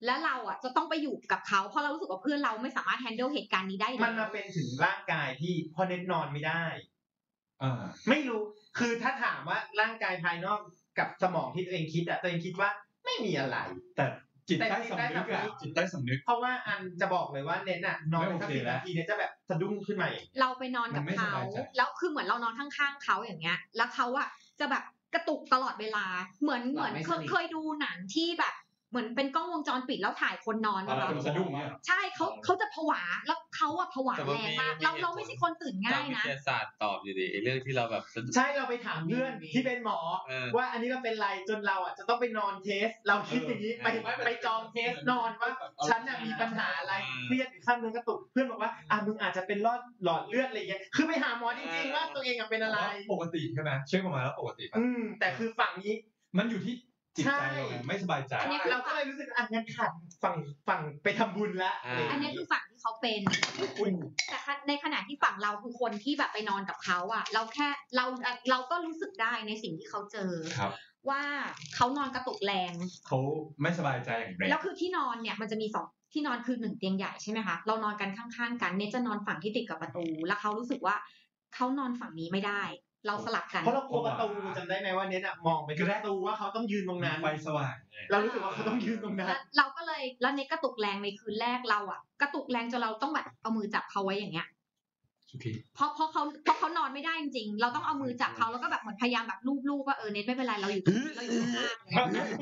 แล้วเราอ่ะจะต้องไปอยู่กับเขาเพราะเรารู้สึกว่าเพื่อนเราไม่สามารถแฮนเดิลเหตุการณ์นี้ได้มันมาเป็นถึงร่างกายที่พอเน็ตนอนไม่ได้อ่าไม่รู้คือถ้าถามว่าร่างกายภายนอกกับสมองที่ตัวเองคิดอะตัวเองคิดว่าไม่มีอะไรแต่จิตใต้สำนึกอะจิตใต้สำนึกเพราะว่าอันจะบอกเลยว่าเน็ตอะนอนไม่สักโอเค 10 นาทีเน็ตจะแบบสะดุ้งขึ้นมาเองเราไปนอนกับมันไม่เขาสบายใจแล้วคือเหมือนเรานอนข้างๆเขาอย่างเงี้ย แล้วเขาอะจะแบบกระตุกตลอดเวลาเหมือนเคยดูหนังที่แบบเหมือนเป็นกล้องวงจรปิดแล้วถ่ายคนนอนอะไรนะคะคนสะดุ้งเนี่ยใช่เขาจะผวาแล้วเขาอะผวาแรงมากเราไม่ใช่คนตื่นง่ายวินะทยาศาสตร์ตอบอยู่ดิไอ้เรื่องที่เราแบบใช่เราไปถามเพื่อนที่เป็นหมอ ว่าอันนี้เราเป็นไรจนเราอะจะต้องไปนอนเทส เราคิดอย่างนี้ไปจองเทสนอนว่าฉันน่ะมีปัญหาอะไรเครียดข้ามเนื้อกระตุกเพื่อนบอกว่ามึงอาจจะเป็นหลอดเลือดอะไรเงี้ยคือไปหาหมอจริงๆว่าตัวเองอะเป็นอะไรปกติใช่ไหมเช็คออกมาแล้วปกติป่ะแต่คือฝั่งนี้มันอยู่ที่จิตใจเราไงไม่สบายใจอันนี้เราก็เลยรู้สึกงั้นขาดฝั่งไปทำบุญละอันนี้คือฝั่งที่เขาเป็นแต่ในขณะที่ฝั่งเราคือคนที่แบบไปนอนกับเขาอะเราแค่เราก็รู้สึกได้ในสิ่งที่เขาเจอครับว่าเขานอนกระตุกแรงเขาไม่สบายใจอย่างแรงแล้วคือที่นอนเนี่ยมันจะมี2ที่นอนคือ1เตียงใหญ่ใช่ไหมคะเรานอนกันข้างๆกันเนทจะนอนฝั่งที่ติดกับประตูแล้วเขารู้สึกว่าเขานอนฝั่งนี้ไม่ได้ เราสลับกันเพราะเรากลัวประตูจำได้ไหมว่าเน็ตอะมองไปที่ประตูว่าเขาต้องยืนตรงนั้นไฟสว่างเรารู้สึกว่าเขาต้องยืนตรงนั้นเราก็เลยแล้วเนทกระตุกแรงในคืนแรกเราอะกระตุกแรงจนเราต้องแบบเอามือจับเขาไว้อย่างเงี้ยเพราะเขานอนไม่ได้จริงๆเราต้องเอามือจับเขาแล้วก็แบบเหมือนพยายามแบบลูบๆว่าเนทไม่เป็นไรเราอยู่ข้างๆเนี่ย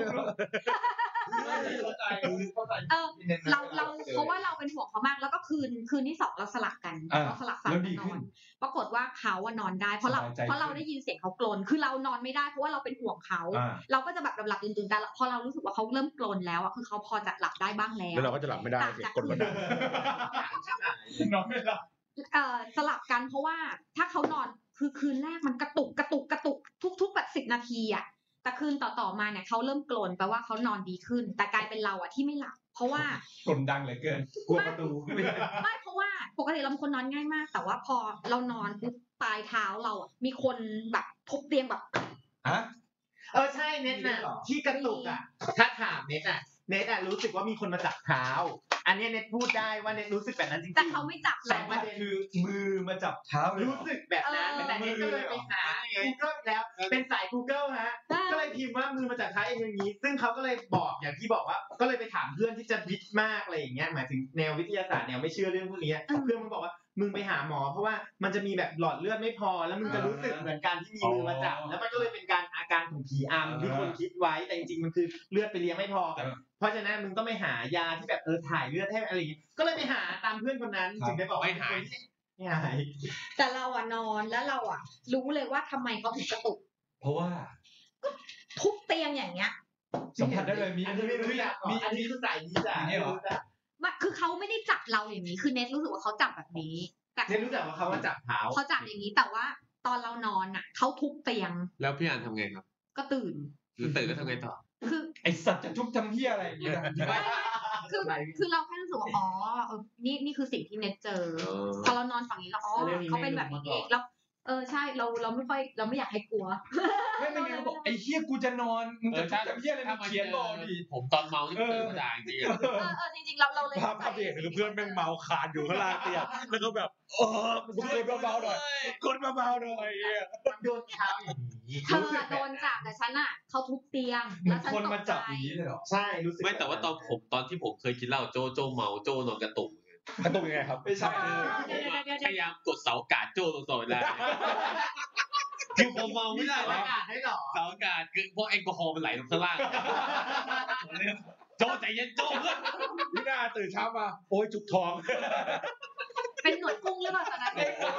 เราเพราะว่าเราเป็นห่วงเขามากแล้วก็คืนที่2เราสลับกันเราสลับฝั่งกันนอนปรากฏว่าเขาอะนอนได้เพราะเราได้ยินเสียงเขากรนคือเรานอนไม่ได้เพราะว่าเราเป็นห่วงเขาเราก็จะแบบหลับๆตื่นๆแต่พอเรารู้สึกว่าเขาเริ่มกรนแล้วอะคือเขาพอจะหลับได้บ้างแล้วแล้วเราก็จะหลับไม่ได้เสียงกดบันไดนอนไม่หลับสลับกันเพราะว่าถ้าเขานอนคือคืนแรกมันกระตุกทุกๆแบบ10 นาทีอะแต่คืนต่อมาเนี่ยเขาเริ่มกรนแปลว่าเขานอนดีขึ้นแต่กลายเป็นเราอะที่ไม่หลับเพราะว่ากลดังเหลือเกินกลัวประตูไม่เพราะว่าปกติเราเป็นคนนอนง่ายมาก แต่ว่าพอเรานอนปุ๊บปลายเท้าเราอะมีคนแบบทุบเตียงแบบฮะใช่เน็ตน่ะที่กระตุกอะถ้าถามเน็ตอะรู้สึกว่ามีคนมาจับเท้าอันนี้เน็ตพูดได้ว่าเน็ตรู้สึกแบบนั้นจริงๆแต่เขาไม่จับแต่เราประเด็นคือมือมาจับเท้าเลยรู้สึกแบบนั้นแต่เน็ตก็เลยไปหา Google แล้วเป็นสาย Google ฮะก็เลยพิมพ์ว่ามือมาจากท้ายอย่างนี้ซึ่งเขาก็เลยบอกอย่างที่บอกว่าก็เลยไปถามเพื่อนที่จะวิทย์มากอะไรอย่างเงี้ยหมายถึงแนววิทยาศาสตร์แนวไม่เชื่อเรื่องพวกนี้เพื่อนมันบอกว่ามึงไปหาหมอเพราะว่ามันจะมีแบบหลอดเลือดไม่พอแล้วมึงจะรู้สึกเหมือนการที่มีมือมาจับแล้วมันก็เลยเป็นการอาการของผีอำที่คนคิดไว้แต่จริงๆมันคือเลือดไปเลี้ยงไม่พอเพราะฉะนั้นมึงต้องไปหายาที่แบบถ่ายเลือดให้อะไรอย่างงี้ก็เลยไปหาตามเพื่อนคนนั้นจึงได้บอกว่าไม่หายแต่เราอะนอนแล้วเราอะรู้เลยว่าทำไมเขาถึงกระตุกเพราะว่าทุบเตียงอย่างเงี้ยสัมผัสได้เลยมีอันนี้ไม่รู้จักอันนี้คือสายนี้จ้ะนี่เหรอคือเขาไม่ได้จับเราอย่างนี้คือเนทรู้สึกว่าเขาจับแบบนี้แต่เน็ตรู้จักว่าเขาว่าจับเท้าเขาจับอย่างนี้แต่ว่าตอนเรานอนอะเขาทุบเตียงแล้วพี่อันทำไงครับก็ตื่นหรือตื่นแล้วทำไงต่อคือไอสัตว์จะทุบทำเหี้ยอะไรอย่างเงี้ยคือเราแค่รู้สึกว่าอ๋อนี่คือสิ่งที่เน็ตเจอพอเรานอนฝั่งนี้แล้วเขาเป็นแบบนี้เองแล้วใช่เราไม่อยากให้กลัวไม่งั้นบอกไอ้เหี้ยกูจะนอนมึงจะทำเหี้ยอะไรมึงเขียนบอกดิผมตอนเมานี่ตื่นมาด่าจริงจริงๆเราเลยภาพที่เห็นคือเพื่อนแม่งเมาคานอยู่ข้างล่างเตียงแล้วก็แบบกดเบาๆหน่อยกดเบาๆหน่อยเนี่ยโดนเท้าอย่างนี้เธอโดนจับแต่ฉันอะเขาทุบเตียงเหมืแล้อวน ฉันคนตมากใจจับอย่างนี้เลยเหรอใช่รู้สึกไม่แต่ว่าตอนที่ผมเคยกินเหล้าโจเมาโจนอนกระตุกกระตุกยังไงครับไม่ใช่พยายามกดเสากาดโจตลอดเวลาคือผมเมาไม่ได้อากาศให้หรอเสาอากาศคือพวกแอลกอฮอล์มันไหลลงข้างล่างโจใจเย็นโจเพื่อนนี่น่าตื่นเช้ามาโอ้ยจุกทองเป็นหนวดกุ้งหรือเปล่าตอนนั้น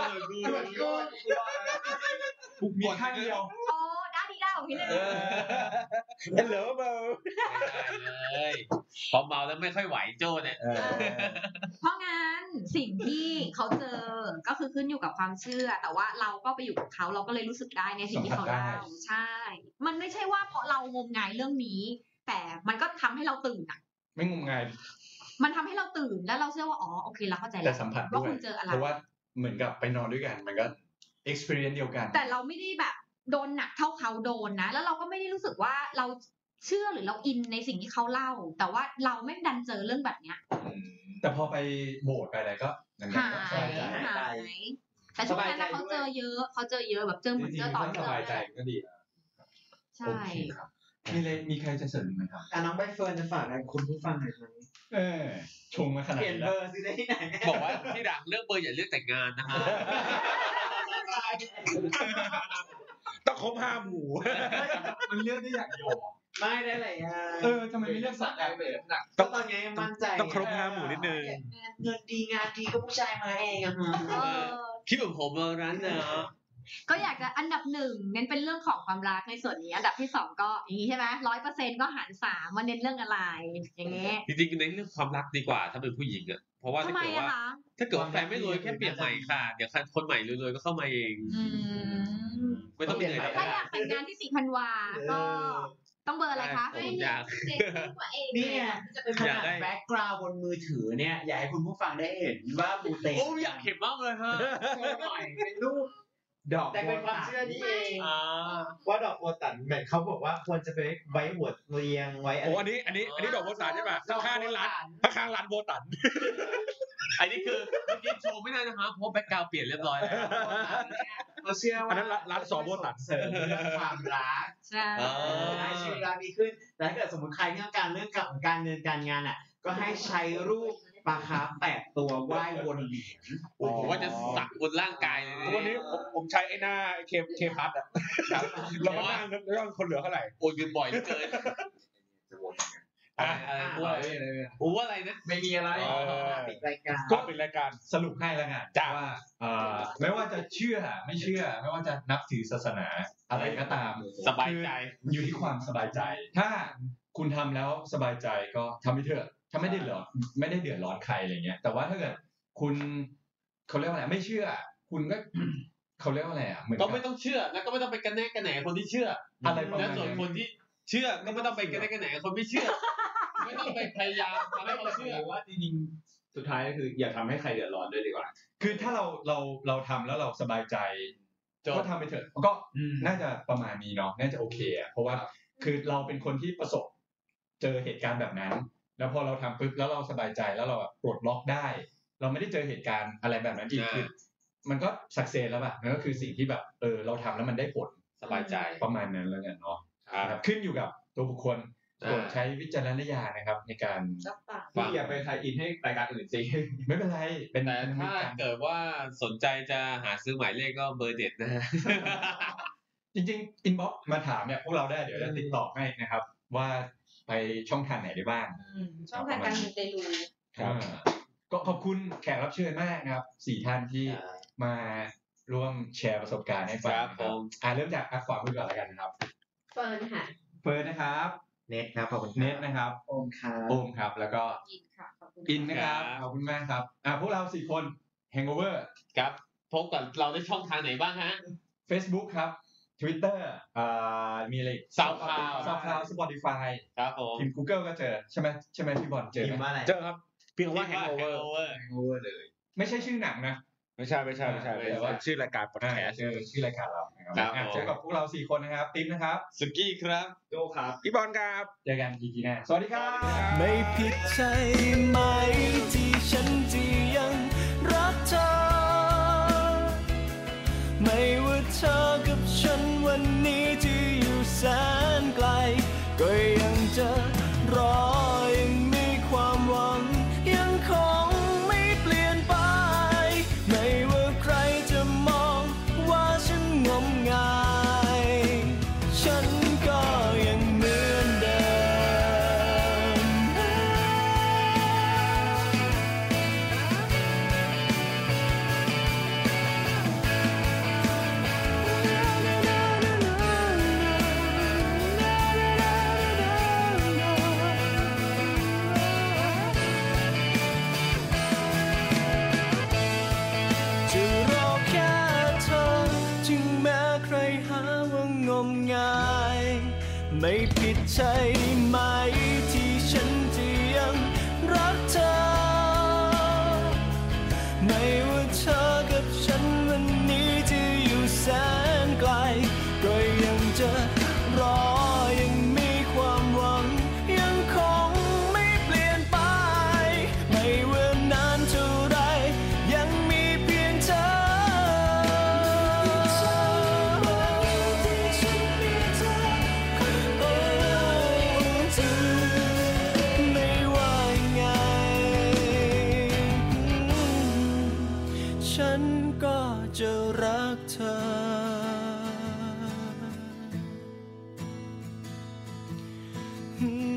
มีข้างเดียวโอ้ได้ของพี่เลยเห็นเหรอเบาเลยพอเมาแล้วไม่ค่อยไหวโจเนี่ยเพราะงั้นสิ่งที่เขาเจอก็คือขึ้นอยู่กับความเชื่อ แต่ว่าเราก็ไปอยู่กับเขาเราก็เลยรู้สึกได้ในสิ่งที่เขาเล่าใช่ มันไม่ใช่ว่าเพราะเรางมงายเรื่องนี้ แต่มันก็ทำให้เราตื่นอ่ะไม่งมงายมันทำให้เราตื่นแล้วเราเชื่อว่าอ๋อโอเคเราเข้าใจแล้วแต่สัมผัสว่าด้วยคุณเจออะไรเพราะว่าเหมือนกับไปนอนด้วยกันมันก็ experience เดียวกันแต่เราไม่ได้แบบโดนหนักเท่าเขาโดนนะแล้วเราก็ไม่ได้รู้สึกว่าเราเชื่อหรือเราอินในสิ่งที่เขาเล่า แต่ว่าเราไม่ดันเจอเรื่องแบบเนี้ยแต่พอไปโบสถ์ไปอะไรก็นั่นแหละหายแต่ช่วงนั้นเขาเจอเยอะแบบเจอเหมือนเจอต่อเนื่องสบายใจก็ดีใช่ครับมีใครจะเสริมไหมครับน้องใบเฟิร์นจะฝากอะไรคุณผู้ฟังหน่อยไหมชงมาขนาดเปลี่ยนนี้เบแล้วอร์สิได้ที่ไหนบอกว่าที่หลังเลือกเบอร์อย่าเลือกแต่งงานนะฮะต้องครบ5 หมู่มันเลือกได้อย่างเดียวไม่ได้หลายอย่างทำไมไม่เลือกสัตว์ได้เลยก็ตอนนี้มั่นใจต้องครบ5 หมู่นิดนึงเงินดีงานดีก็ผู้ชายมาเองอะฮะคิดแบบผมเลยร้านนะก็อยากจะอันดับ1เน้นเป็นเรื่องของความรักในส่วนนี้อันดับที่2ก็อย่างนี้ใช่ไหม100%ก็หาร3ว่าเน้นเรื่องอะไรอย่างเงี้ยจริงๆในเรื่องความรักดีกว่าถ้าเป็นผู้หญิงอ่ะเพราะว่าทำถ้าไมเกิดอะว่าคะถ้าเกิดว่าแฟนไม่รวยแค่เปลี่ยนใหม่ค่ะเดี๋ยวคนใหม่รวยๆก็เข้ามาเอง ไม่ต้องเหนื่อยถ้าอยากแต่งงานที่4 ธันวาก็ต้องเบอร์อะไรคะผมอยากนี่ไงจะเป็นขนาดแบ็กกราวด์บนมือถือเนี่ยอยากให้คุณผู้ฟังได้เห็นว่าบูเตโอ้อยากเห็นมากเลยฮะหน่อยเป็นรูปดอกแต่เป็นความเชื่อนี่เองว่าดอกบัวตันแม่เขาบอกว่าควรจะไปไว้หัวเรียงไว้โอ้อันนี้ดอกโบตันใช่ป่ะข้างๆนี่ร้านข้างๆร้านโบตันอันนี้คือเมื่อกี้โชว์ไม่ได้นะฮะเพราะแบ็คกราวด์เปลี่ยนเรียบร้อยแล้วเราเชื่ออัว่านนั้นร้านสอโบตันเสริมเรื่องความรักใช่ให้ชีวิตเราดีขึ้นแต่ถ้าเกิดสมมติใครที่ต้องการเรื่องของการเงินการงานอ่ะ ก็ให้ใช้รูปปลาคาร์ฟ8 ตัวไหว้วนเหรียญผมว่าจะสักบนร่างกายเลยวันนี้ผมใช้ไอ้หน้าเคพัทอ่ะแล้วก็นั่งแล้วคนเหลือเท่าไหร่โอนเงินบ่อยเหลือเกินอะไรกูว่าอะไรนะไม่มีอะไรปิดรายการก็เป็นรายการสรุปให้แล้วกันว่าไม่ว่าจะเชื่อไม่เชื่อ ไม่ว่าจะนับถือศาสนาอะไรก็ตามสบายใจอยู่ที่ความสบายใจ ถ้าคุณทำแล้วสบายใจก็ทำไปเถอะถ้าไม่ได้เดือดร้อนใครอะไรเงี้ย แต่ว่าถ้าเกิดคุณเขาเรียกว่าอะไรไม่เชื่อ คุณก็ เขาเรียกว่าอะไรอ่ะเหมือนก็ไม่ต้องเชื่อแล้วก็ไม่ต้องไปกันแน่กันแหนคนที่เชื่ออะไรประมาแล้วณส่วนนั้นคนที่เชื่อก็ไม่ต้องไปกันแน่กันแหนคนไม่เชื่อ ไม่ต้องไปพยายามทำให้เขาเชื่อว่าจริงๆสุดท้ายก็คืออย่าทำให้ใครเดือดร้อนด้วยดีกว่าคือถ้าเราทำแล้วเราสบายใจจบก็ทำไปเถอะก็น่าจะประมาณนี้เนาะน่าจะโอเคอ่ะเพราะว่าคือเราเป็นคนที่ประสบเจอเหตุการณ์แบบนั้น แล้วพอเราทำปุ๊บแล้วเราสบายใจแล้วเราปลดล็อกได้ เราไม่ได้เจอเหตุการณ์อะไรแบบนั้นอีกคือมันก็สักเซสแล้วแบบนั่นก็คือสิ่งที่แบบเราทำแล้วมันได้ผลสบายใจประมาณนั้นแล้วกันเนาะครับขึ้นอยู่กับตัวบุคคลโปรดใช้วิจารณญาณนะครับ ในการพี่อย่าไปไทยอินให้รายการอื่นสิไม่เป็นไรเป็นแต่ถ้าเกิดว่าสนใจจะหาซื้อหมายเลขก็เบอร์เด็ดนะฮะจริงๆอินบ็อกมาถามเนี่ยพวกเราได้เดี๋ยวจะติดต่อให้นะครับ ว่าไปช่องทางไหนได้บ้างช่องทางการมูเตลูครับก็ขอบคุณแขกรับเชิญมากนะครับ4 ท่านที่มาร่วมแชร์ประสบการณ์ให้ฟังนะครับเริ่มจากขวามือก่อนแล้วกันนะครับเฟิร์นค่ะเฟิร์นนะครับเน็ตครับขอบคุณเน็ตนะครับโอมครับโอมครับ แล้วก็อินค่ะขอบคุณอินนะครับขอบคุณมากครับพวกเรา4 คน Hangover ครับพบกับเราได้ช่องทางไหนบ้างฮะ Facebook ครับ Twitter มีอะไร SoundCloud Spotify ครับผมพิมพ์ Google ก็เจอใช่ไหมพี่บอลเจอพิมพ์ไหมว่าอะไรเจอครับเพียงว่า Hangover ไม่ใช่ชื่อหนังนะไม่ใช่เป็นชื่อรายการพอดแคสต์ชื่อรายการเรานะครับครับเจอกับพวกเรา4 คนนะครับติ๊มนะครับสุกี้ครับโจครับพี่บอลครับเจอกันอีพีหน้าสวัสดีครับไม่ผิดใช่ไหมที่ฉันจะยังรักเธอ ไม่ว่าเธอกับฉันวันนี้ที่อยู่แสนไกล ก็ยังจะรอยังมีความหวังยังคงไม่เปลี่ยนไปไม่ว่าใครจะมองว่าฉันงมงายฉันก็ยังเหมือนเดิม จะรอแค่เธอถึงแม้ใครหาว่างมงายไม่ผิดใช่ไหมที่ฉันจะยังรักเธอ ไม่ว่าเธอกับฉันวันนี้จะอยู่แสนไกล ก็ยังจะรอยังมีความหวังอืม